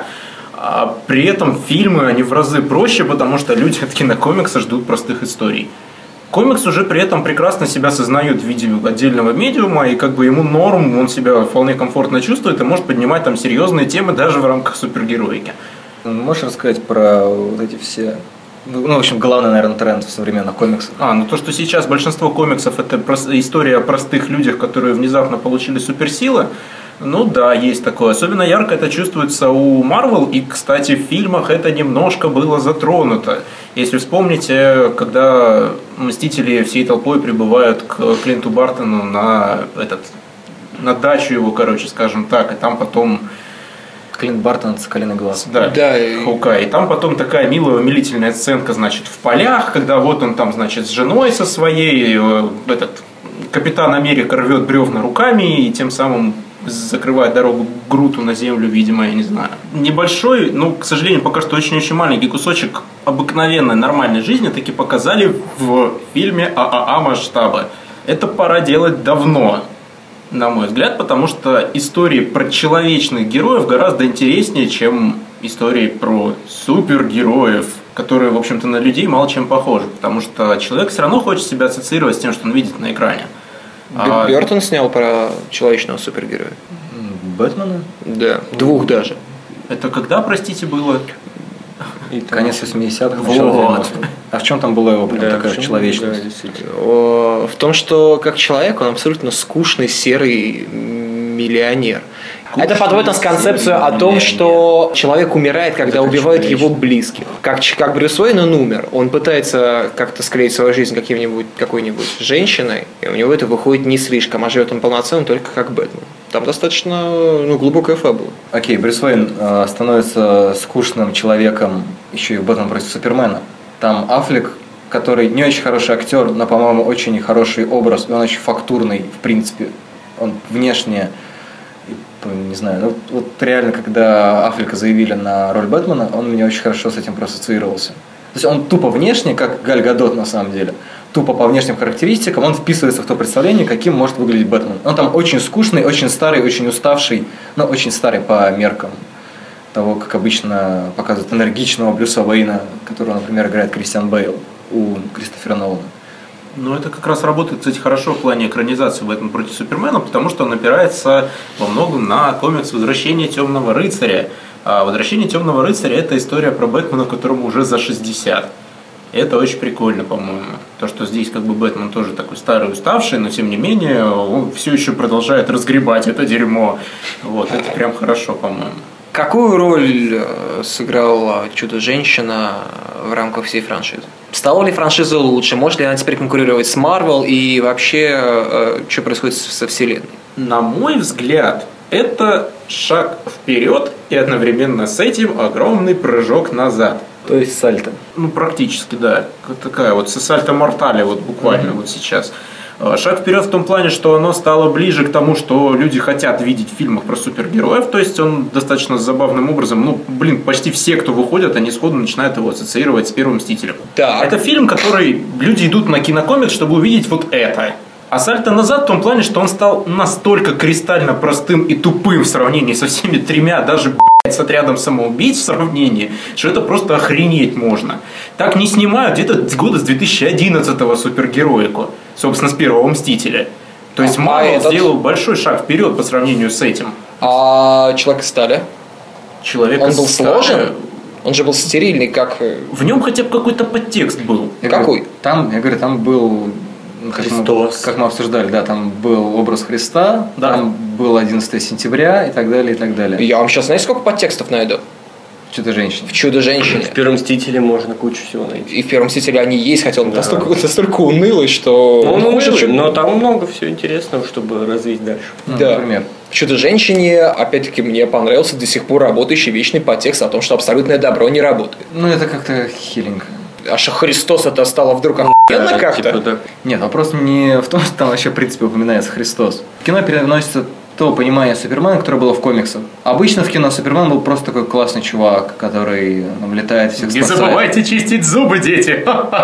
а при этом фильмы, они в разы проще, потому что люди от кинокомикса ждут простых историй. Комикс уже при этом прекрасно себя сознает в виде отдельного медиума, и ему норм, он себя вполне комфортно чувствует и может поднимать там серьезные темы даже в рамках супергероики. Можешь рассказать про вот эти все... в общем, главный, наверное, тренд в современных комиксах. То, что сейчас большинство комиксов – это история о простых людях, которые внезапно получили суперсилы. Да, есть такое. Особенно ярко это чувствуется у Marvel, и, кстати, в фильмах это немножко было затронуто. Если вспомните, когда Мстители всей толпой прибывают к Клинту Бартону на дачу его, скажем так, и там потом... Клинт Бартон, «Соколиный глаз». Да, Хоукай. И там потом такая милая, умилительная сценка, в полях, когда вот он там, с женой со своей, Капитан Америка рвет бревна руками и тем самым закрывает дорогу Груту на землю, видимо, я не знаю. Небольшой, к сожалению, пока что очень-очень маленький кусочек обыкновенной, нормальной жизни таки показали в фильме ААА масштаба. Это пора делать давно, на мой взгляд, потому что истории про человечных героев гораздо интереснее, чем истории про супергероев, которые, в общем-то, на людей мало чем похожи, потому что человек все равно хочет себя ассоциировать с тем, что он видит на экране. Бёртон снял про человечного супергероя. Бэтмена? Да, 2 даже. Это когда, простите, было? Конец 80-х, начало 90-х. А в чем там была его такая человечность? В том, что как человек он абсолютно скучный, серый миллионер. Это подводит нас концепцию о том, что человек умирает, когда убивают его близких. Как Брюс Уэйн, он умер. Он пытается как-то склеить свою жизнь какой-нибудь женщиной, и у него это выходит не слишком, а живет он полноценно только как Бэтмен. Там достаточно глубокая фабула. Окей, Брюс Уэйн становится скучным человеком еще и в «Бэтмен против Супермена». Там Аффлек, который не очень хороший актер, но, по-моему, очень хороший образ, и он очень фактурный, в принципе. Он внешне... Не знаю, вот реально, когда Аффлека заявили на роль Бэтмена, он мне очень хорошо с этим проассоциировался. То есть он тупо внешне, как Галь Гадот на самом деле, тупо по внешним характеристикам, он вписывается в то представление, каким может выглядеть Бэтмен. Он там очень скучный, очень старый, очень уставший, но очень старый по меркам того, как обычно показывают энергичного Брюса Уэйна, которого, например, играет Кристиан Бейл у Кристофера Нолана. Это как раз работает, кстати, хорошо в плане экранизации «Бэтмен против Супермена», потому что он опирается во многом на комикс «Возвращение темного рыцаря». А «Возвращение темного рыцаря» – это история про Бэтмена, которому уже за 60. И это очень прикольно, по-моему. То, что здесь Бэтмен тоже такой старый, уставший, но тем не менее он все еще продолжает разгребать это дерьмо. Это прям хорошо, по-моему. Какую роль сыграла «Чудо-женщина» в рамках всей франшизы? Стала ли франшиза лучше? Может ли она теперь конкурировать с Марвел? И вообще, что происходит со вселенной? На мой взгляд, это шаг вперед и одновременно с этим огромный прыжок назад. То есть сальто. Ну, практически, да. Такая вот сальто мортале вот буквально вот сейчас. Шаг вперед в том плане, что оно стало ближе к тому, что люди хотят видеть в фильмах про супергероев. То есть он достаточно забавным образом, почти все, кто выходят, они сходу начинают его ассоциировать с Первым Мстителем. Так. Это фильм, который люди идут на кинокомикс, чтобы увидеть вот это. А сальто назад в том плане, что он стал настолько кристально простым и тупым в сравнении со всеми тремя, даже с отрядом самоубийц в сравнении, что это просто охренеть можно. Так не снимают где-то года с 2011-го супергероику, собственно, с Первого Мстителя. То есть Марвел сделал большой шаг вперед по сравнению с этим. А Человек из стали? Человек Он из был стали. сложен? Он же был стерильный, как... В нем хотя бы какой-то подтекст был. Какой? Там был... Христос. Как мы обсуждали, да, там был образ Христа, Да. там был 11 сентября и так далее, и так далее. Я вам сейчас, знаете, сколько подтекстов найду? Чудо-женщина. В «Чудо-женщине». В «Первом Мстителе» можно кучу всего найти. И в «Первом Мстителе» они есть, хотя он Да. настолько унылый, что... Он хуже, унылый, чем- но там много всего интересного, чтобы развить дальше. Да. Например. В «Чудо-женщине», опять-таки, мне понравился до сих пор работающий вечный подтекст о том, что абсолютное добро не работает. Ну, это как-то хиленько. А что Христос это стало вдруг охуенно Да, как-то? типа так. Нет, вопрос не в том, что там вообще, в принципе, упоминается Христос. В кино переносится то понимание Супермена, которое было в комиксах. Обычно в кино Супермен был просто такой классный чувак, который летает, всех Не спасает. забывайте чистить зубы, дети.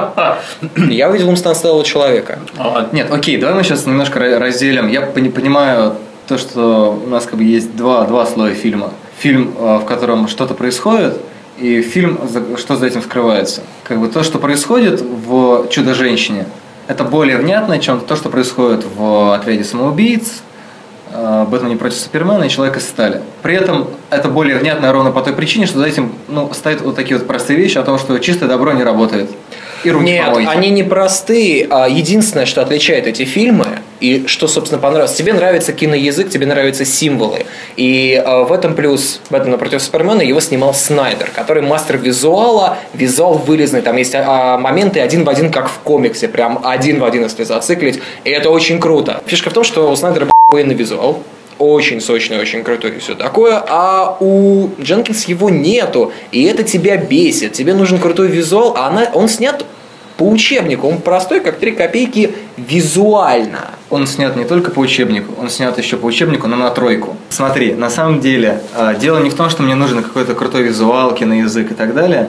Я увидел «Умственно отсталого человека». Нет, окей, давай мы сейчас немножко разделим. Я понимаю то, что у нас как бы есть два слоя фильма. Фильм, в котором что-то происходит, и фильм, что за этим скрывается. Как бы то, что происходит в «Чудо-женщине», это более внятно, чем то, что происходит в «Отряде самоубийц», «Бэтмене против Супермена» и «Человек из стали». При этом это более внятно ровно по той причине, что за этим стоят вот такие вот простые вещи о том, что чистое добро не работает. И руки Нет, помойте. они не простые. А единственное, что отличает эти фильмы, и что, собственно, понравилось, тебе нравится киноязык, тебе нравятся символы. И в этом плюс «Бэтмена против Супермена» его снимал Снайдер, который мастер визуала, визуал вылезный. Там есть моменты один в один, как в комиксе, прям один в один, если зациклить. И это очень круто. Фишка в том, что у Снайдера охуенный визуал. Очень сочный, очень крутой и все такое. А у Дженкинс его нету. И это тебя бесит. Тебе нужен крутой визуал, а он снят по учебнику. Он простой, как 3 копейки визуально. Он снят не только по учебнику, он снят еще по учебнику, но на 3. Смотри, на самом деле, дело не в том, что мне нужен какой-то крутой визуал, киноязык и так далее.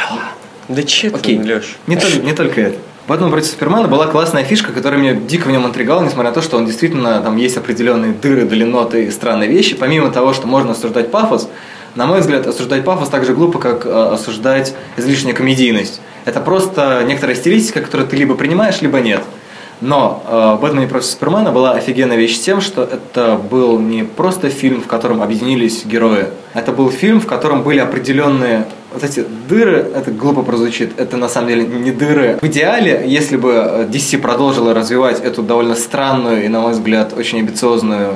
Да че ты, Окей, Лёш? не только это. В «Бэтмен против Супермена» была классная фишка, которая меня дико в нем интриговала, несмотря на то, что он действительно, там есть определенные дыры, длинноты и странные вещи. Помимо того, что можно осуждать пафос, на мой взгляд, осуждать пафос так же глупо, как осуждать излишнюю комедийность. Это просто некоторая стилистика, которую ты либо принимаешь, либо нет. Но в «Бэтмене против Супермена» была офигенная вещь тем, что это был не просто фильм, в котором объединились герои. Это был фильм, в котором были определенные вот эти дыры, это глупо прозвучит, это на самом деле не дыры. В идеале, если бы DC продолжила развивать эту довольно странную и, на мой взгляд, очень амбициозную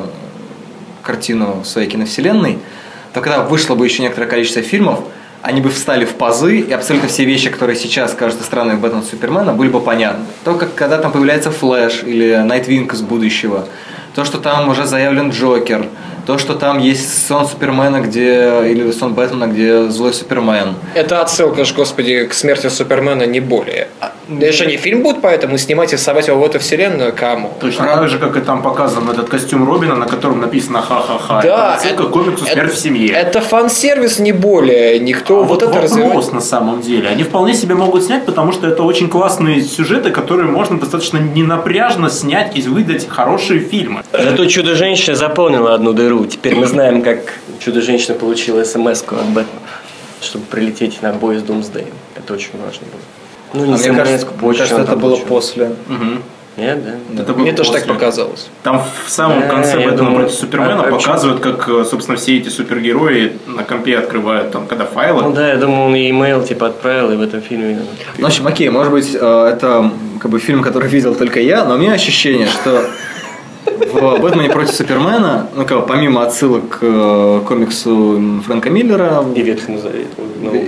картину своей киновселенной, то когда вышло бы еще некоторое количество фильмов, они бы встали в пазы, и абсолютно все вещи, которые сейчас кажутся странными в «Бэтмен Супермена», были бы понятны. То, как когда там появляется Флэш или Найтвинг из будущего, то, что там уже заявлен Джокер, то, что там есть сон Супермена, или сон Бэтмена, где злой Супермен. Это отсылка же, господи, к смерти Супермена, не более. Это же не фильм будет, поэтому снимать и совать его в эту вселенную кому? Точно так же, как и там показан этот костюм Робина, на котором написано «Ха-ха-ха». Да, это отсылка к комиксу «Смерть в семье». Это фан-сервис, не более. Никто вот это вопрос развивает. на самом деле. Они вполне себе могут снять, потому что это очень классные сюжеты, которые можно достаточно ненапряжно снять и выдать хорошие фильмы. Зато «Чудо-женщина» заполнила одну дыру. Теперь мы знаем, как «Чудо-женщина» получила смс-ку от Бэтмена, чтобы прилететь на бой с Думсдеем. Это очень важно было. Ну, не Мне кажется, смс-ку, почту она это там было получила. после. Нет, да? Это было Мне тоже так после. показалось. Там в самом Да, конце я «Бэтмена думаю, против Супермена» а показывают, как, собственно, все эти супергерои на компе открывают, там, когда файлы. Ну да, я думал, он и имейл типа отправил, и в этом фильме... Ну, в общем, окей, может быть, это как бы фильм, который видел только я, но у меня ощущение, что в в «Бэтмене против Супермена», ну, как, помимо отсылок к комиксу Фрэнка Миллера... И Ветхому Завету.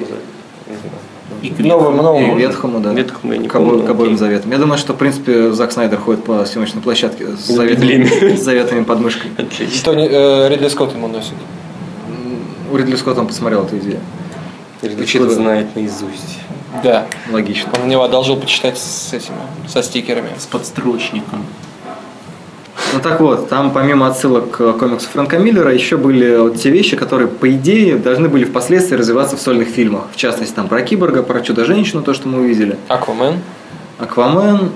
Новому Ветхому, да. Ветхому я не к помню. обоим заветам. Я думаю, что, в принципе, Зак Снайдер ходит по съемочной площадке с заветами под мышкой. Что Ридли Скотт ему носит? У Ридли Скотта он посмотрел эту идею. Ридли Скотт знает наизусть. Да. Логично. Он мне одолжил почитать со стикерами. С подстрочником. Ну так вот, там помимо отсылок к комиксу Фрэнка Миллера еще были вот те вещи, которые, по идее, должны были впоследствии развиваться в сольных фильмах. В частности, там про Киборга, про Чудо-женщину, то, что мы увидели. Аквамен,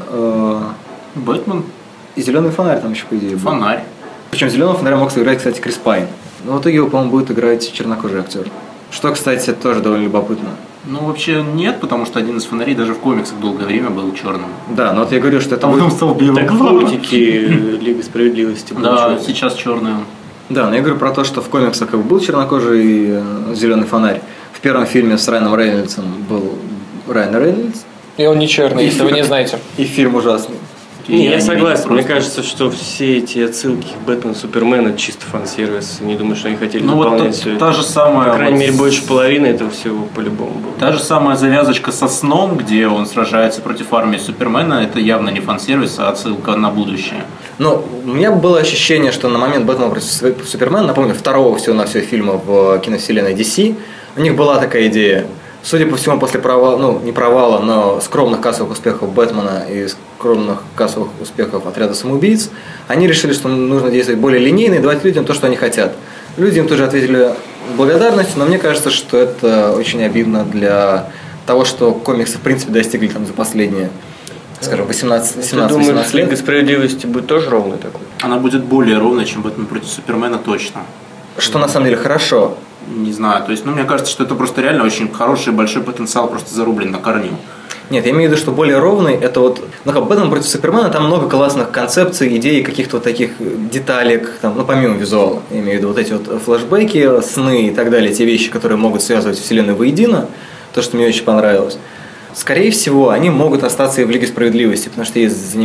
Бэтмен. И Зеленый фонарь там еще, по идее, был. Фонарь. Причем Зеленого фонаря мог сыграть, кстати, Крис Пайн. Но в итоге его, по-моему, будет играть чернокожий актер. Что, кстати, тоже довольно любопытно. Ну, вообще нет, потому что один из фонарей даже в комиксах долгое время был черным. Да, но вот я говорю, что это потом стал белым. Так в мультике Лига Справедливости был Да, черный. сейчас черный. Да, но я говорю про то, что в комиксах был чернокожий Зеленый фонарь. В первом фильме с Райаном Рейнольдсом был Райан Рейнольдс. И он не черный, если вы не знаете. И фильм ужасный. Не, я согласен. Мне кажется, что все эти отсылки к Бэтмену, Супермену это чисто фан-сервис. Не думаю, что они хотели дополнять все это. Та же самая, по крайней мере, больше половины этого всего по-любому было. Та же самая завязочка со сном, где он сражается против армии Супермена, это явно не фан-сервис, а отсылка на будущее. Ну, у меня было ощущение, что на момент «Бэтмена против Супермена», напомню, второго всего-навсего фильма в киновселенной DC, у них была такая идея. Судя по всему, после провала, ну, не провала, но скромных кассовых успехов «Бэтмена» и скромных кассовых успехов «Отряда самоубийц», они решили, что нужно действовать более линейно и давать людям то, что они хотят. Люди им тоже ответили благодарностью, но мне кажется, что это очень обидно для того, что комиксы, в принципе, достигли там за последние, скажем, 18-18 думаешь, лет. Лига Справедливости будет тоже ровной такой? Она будет более ровной, чем «Бэтмен против Супермена», точно. Что на самом деле хорошо. Не знаю, то есть, ну, мне кажется, что это просто реально очень хороший, большой потенциал просто зарублен на корню. Нет, я имею в виду, что более ровный, это вот, ну, как «Бэтмен против Супермена», там много классных концепций, идей, каких-то вот таких деталек, там, ну, помимо визуала, я имею в виду вот эти вот флешбеки, сны и так далее, те вещи, которые могут связывать вселенную воедино, то, что мне очень понравилось. Скорее всего, они могут остаться и в Лиге Справедливости, потому что ей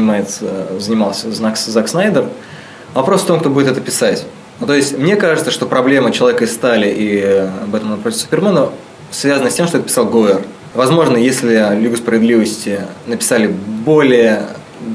занимался Зак Снайдер. Вопрос в том, кто будет это писать. Ну, то есть, мне кажется, что проблема «Человека из стали» и «Бэтмена против Супермена» связана с тем, что это писал Гоэр. Возможно, если Лигу Справедливости написали более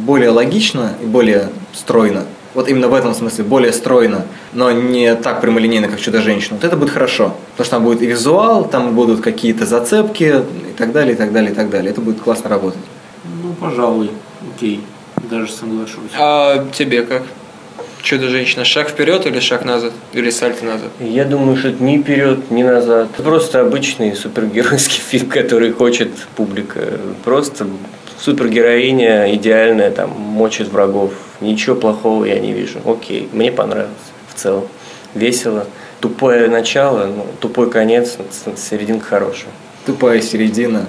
логично и более стройно, вот именно в этом смысле, более стройно, но не так прямолинейно, как «Чудо-женщина», вот это будет хорошо. Потому что там будет и визуал, там будут какие-то зацепки и так далее, и так далее, и так далее. Это будет классно работать. Ну, пожалуй, окей, даже соглашусь. А тебе как? Чудо-женщина, шаг вперед или шаг назад? Или сальто назад? Я думаю, что это ни вперед, ни назад. Это просто обычный супергеройский фильм, который хочет публика. Просто супергероиня идеальная, там, мочит врагов. Ничего плохого я не вижу. Окей, мне понравилось в целом. Весело. Тупое начало, тупой конец, серединка хорошая. Тупая середина.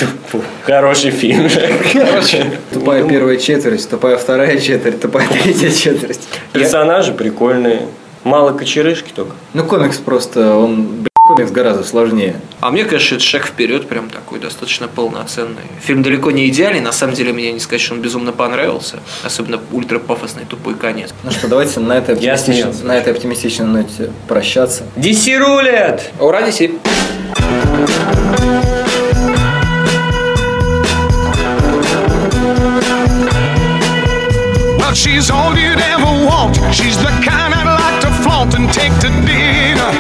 Хороший фильм. Тупая первая четверть, тупая вторая четверть, тупая третья четверть. Персонажи прикольные. Мало кочерышки только. Ну, комикс просто, комикс гораздо сложнее. А мне кажется, это шаг вперед, прям такой достаточно полноценный. Фильм далеко не идеальный, на самом деле мне не сказать, что он безумно понравился. Особенно ультрапафосный тупой конец. Ну что, давайте на этой оптимистичной ноте прощаться. DC рулет! Ура, DC! Well, she's all you'd ever want. She's the kind I'd like to flaunt and take to dinner.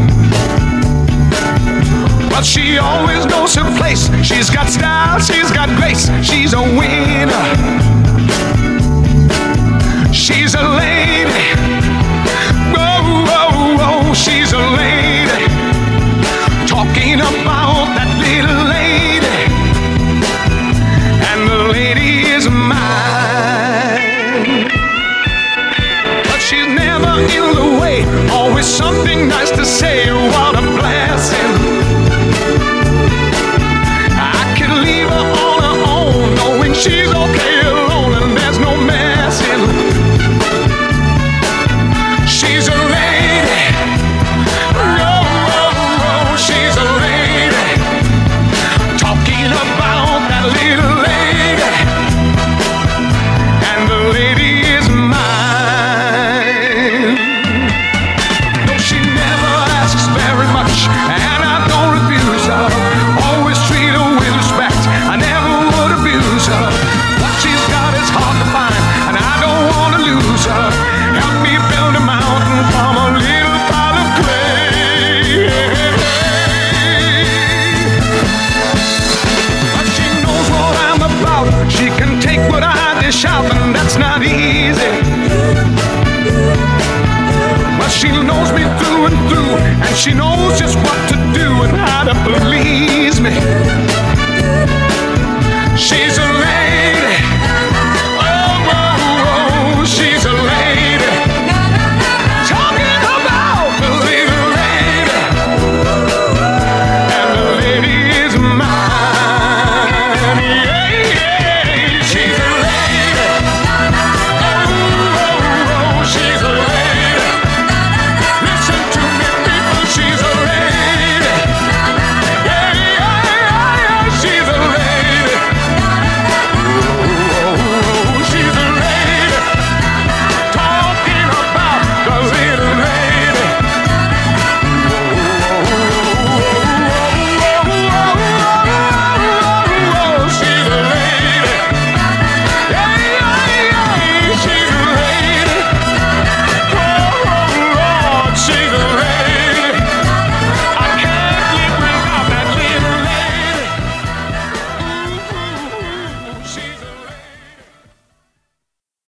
But she always knows her place. She's got style, she's got grace. She's a winner. She's a lady. Whoa, whoa, whoa, she's a lady. Talking about that little lady. And the lady is mine. But she's never in the way. Always something nice to say. What a blessing. I could leave her on her own, knowing she's She knows just what to do and how to please me.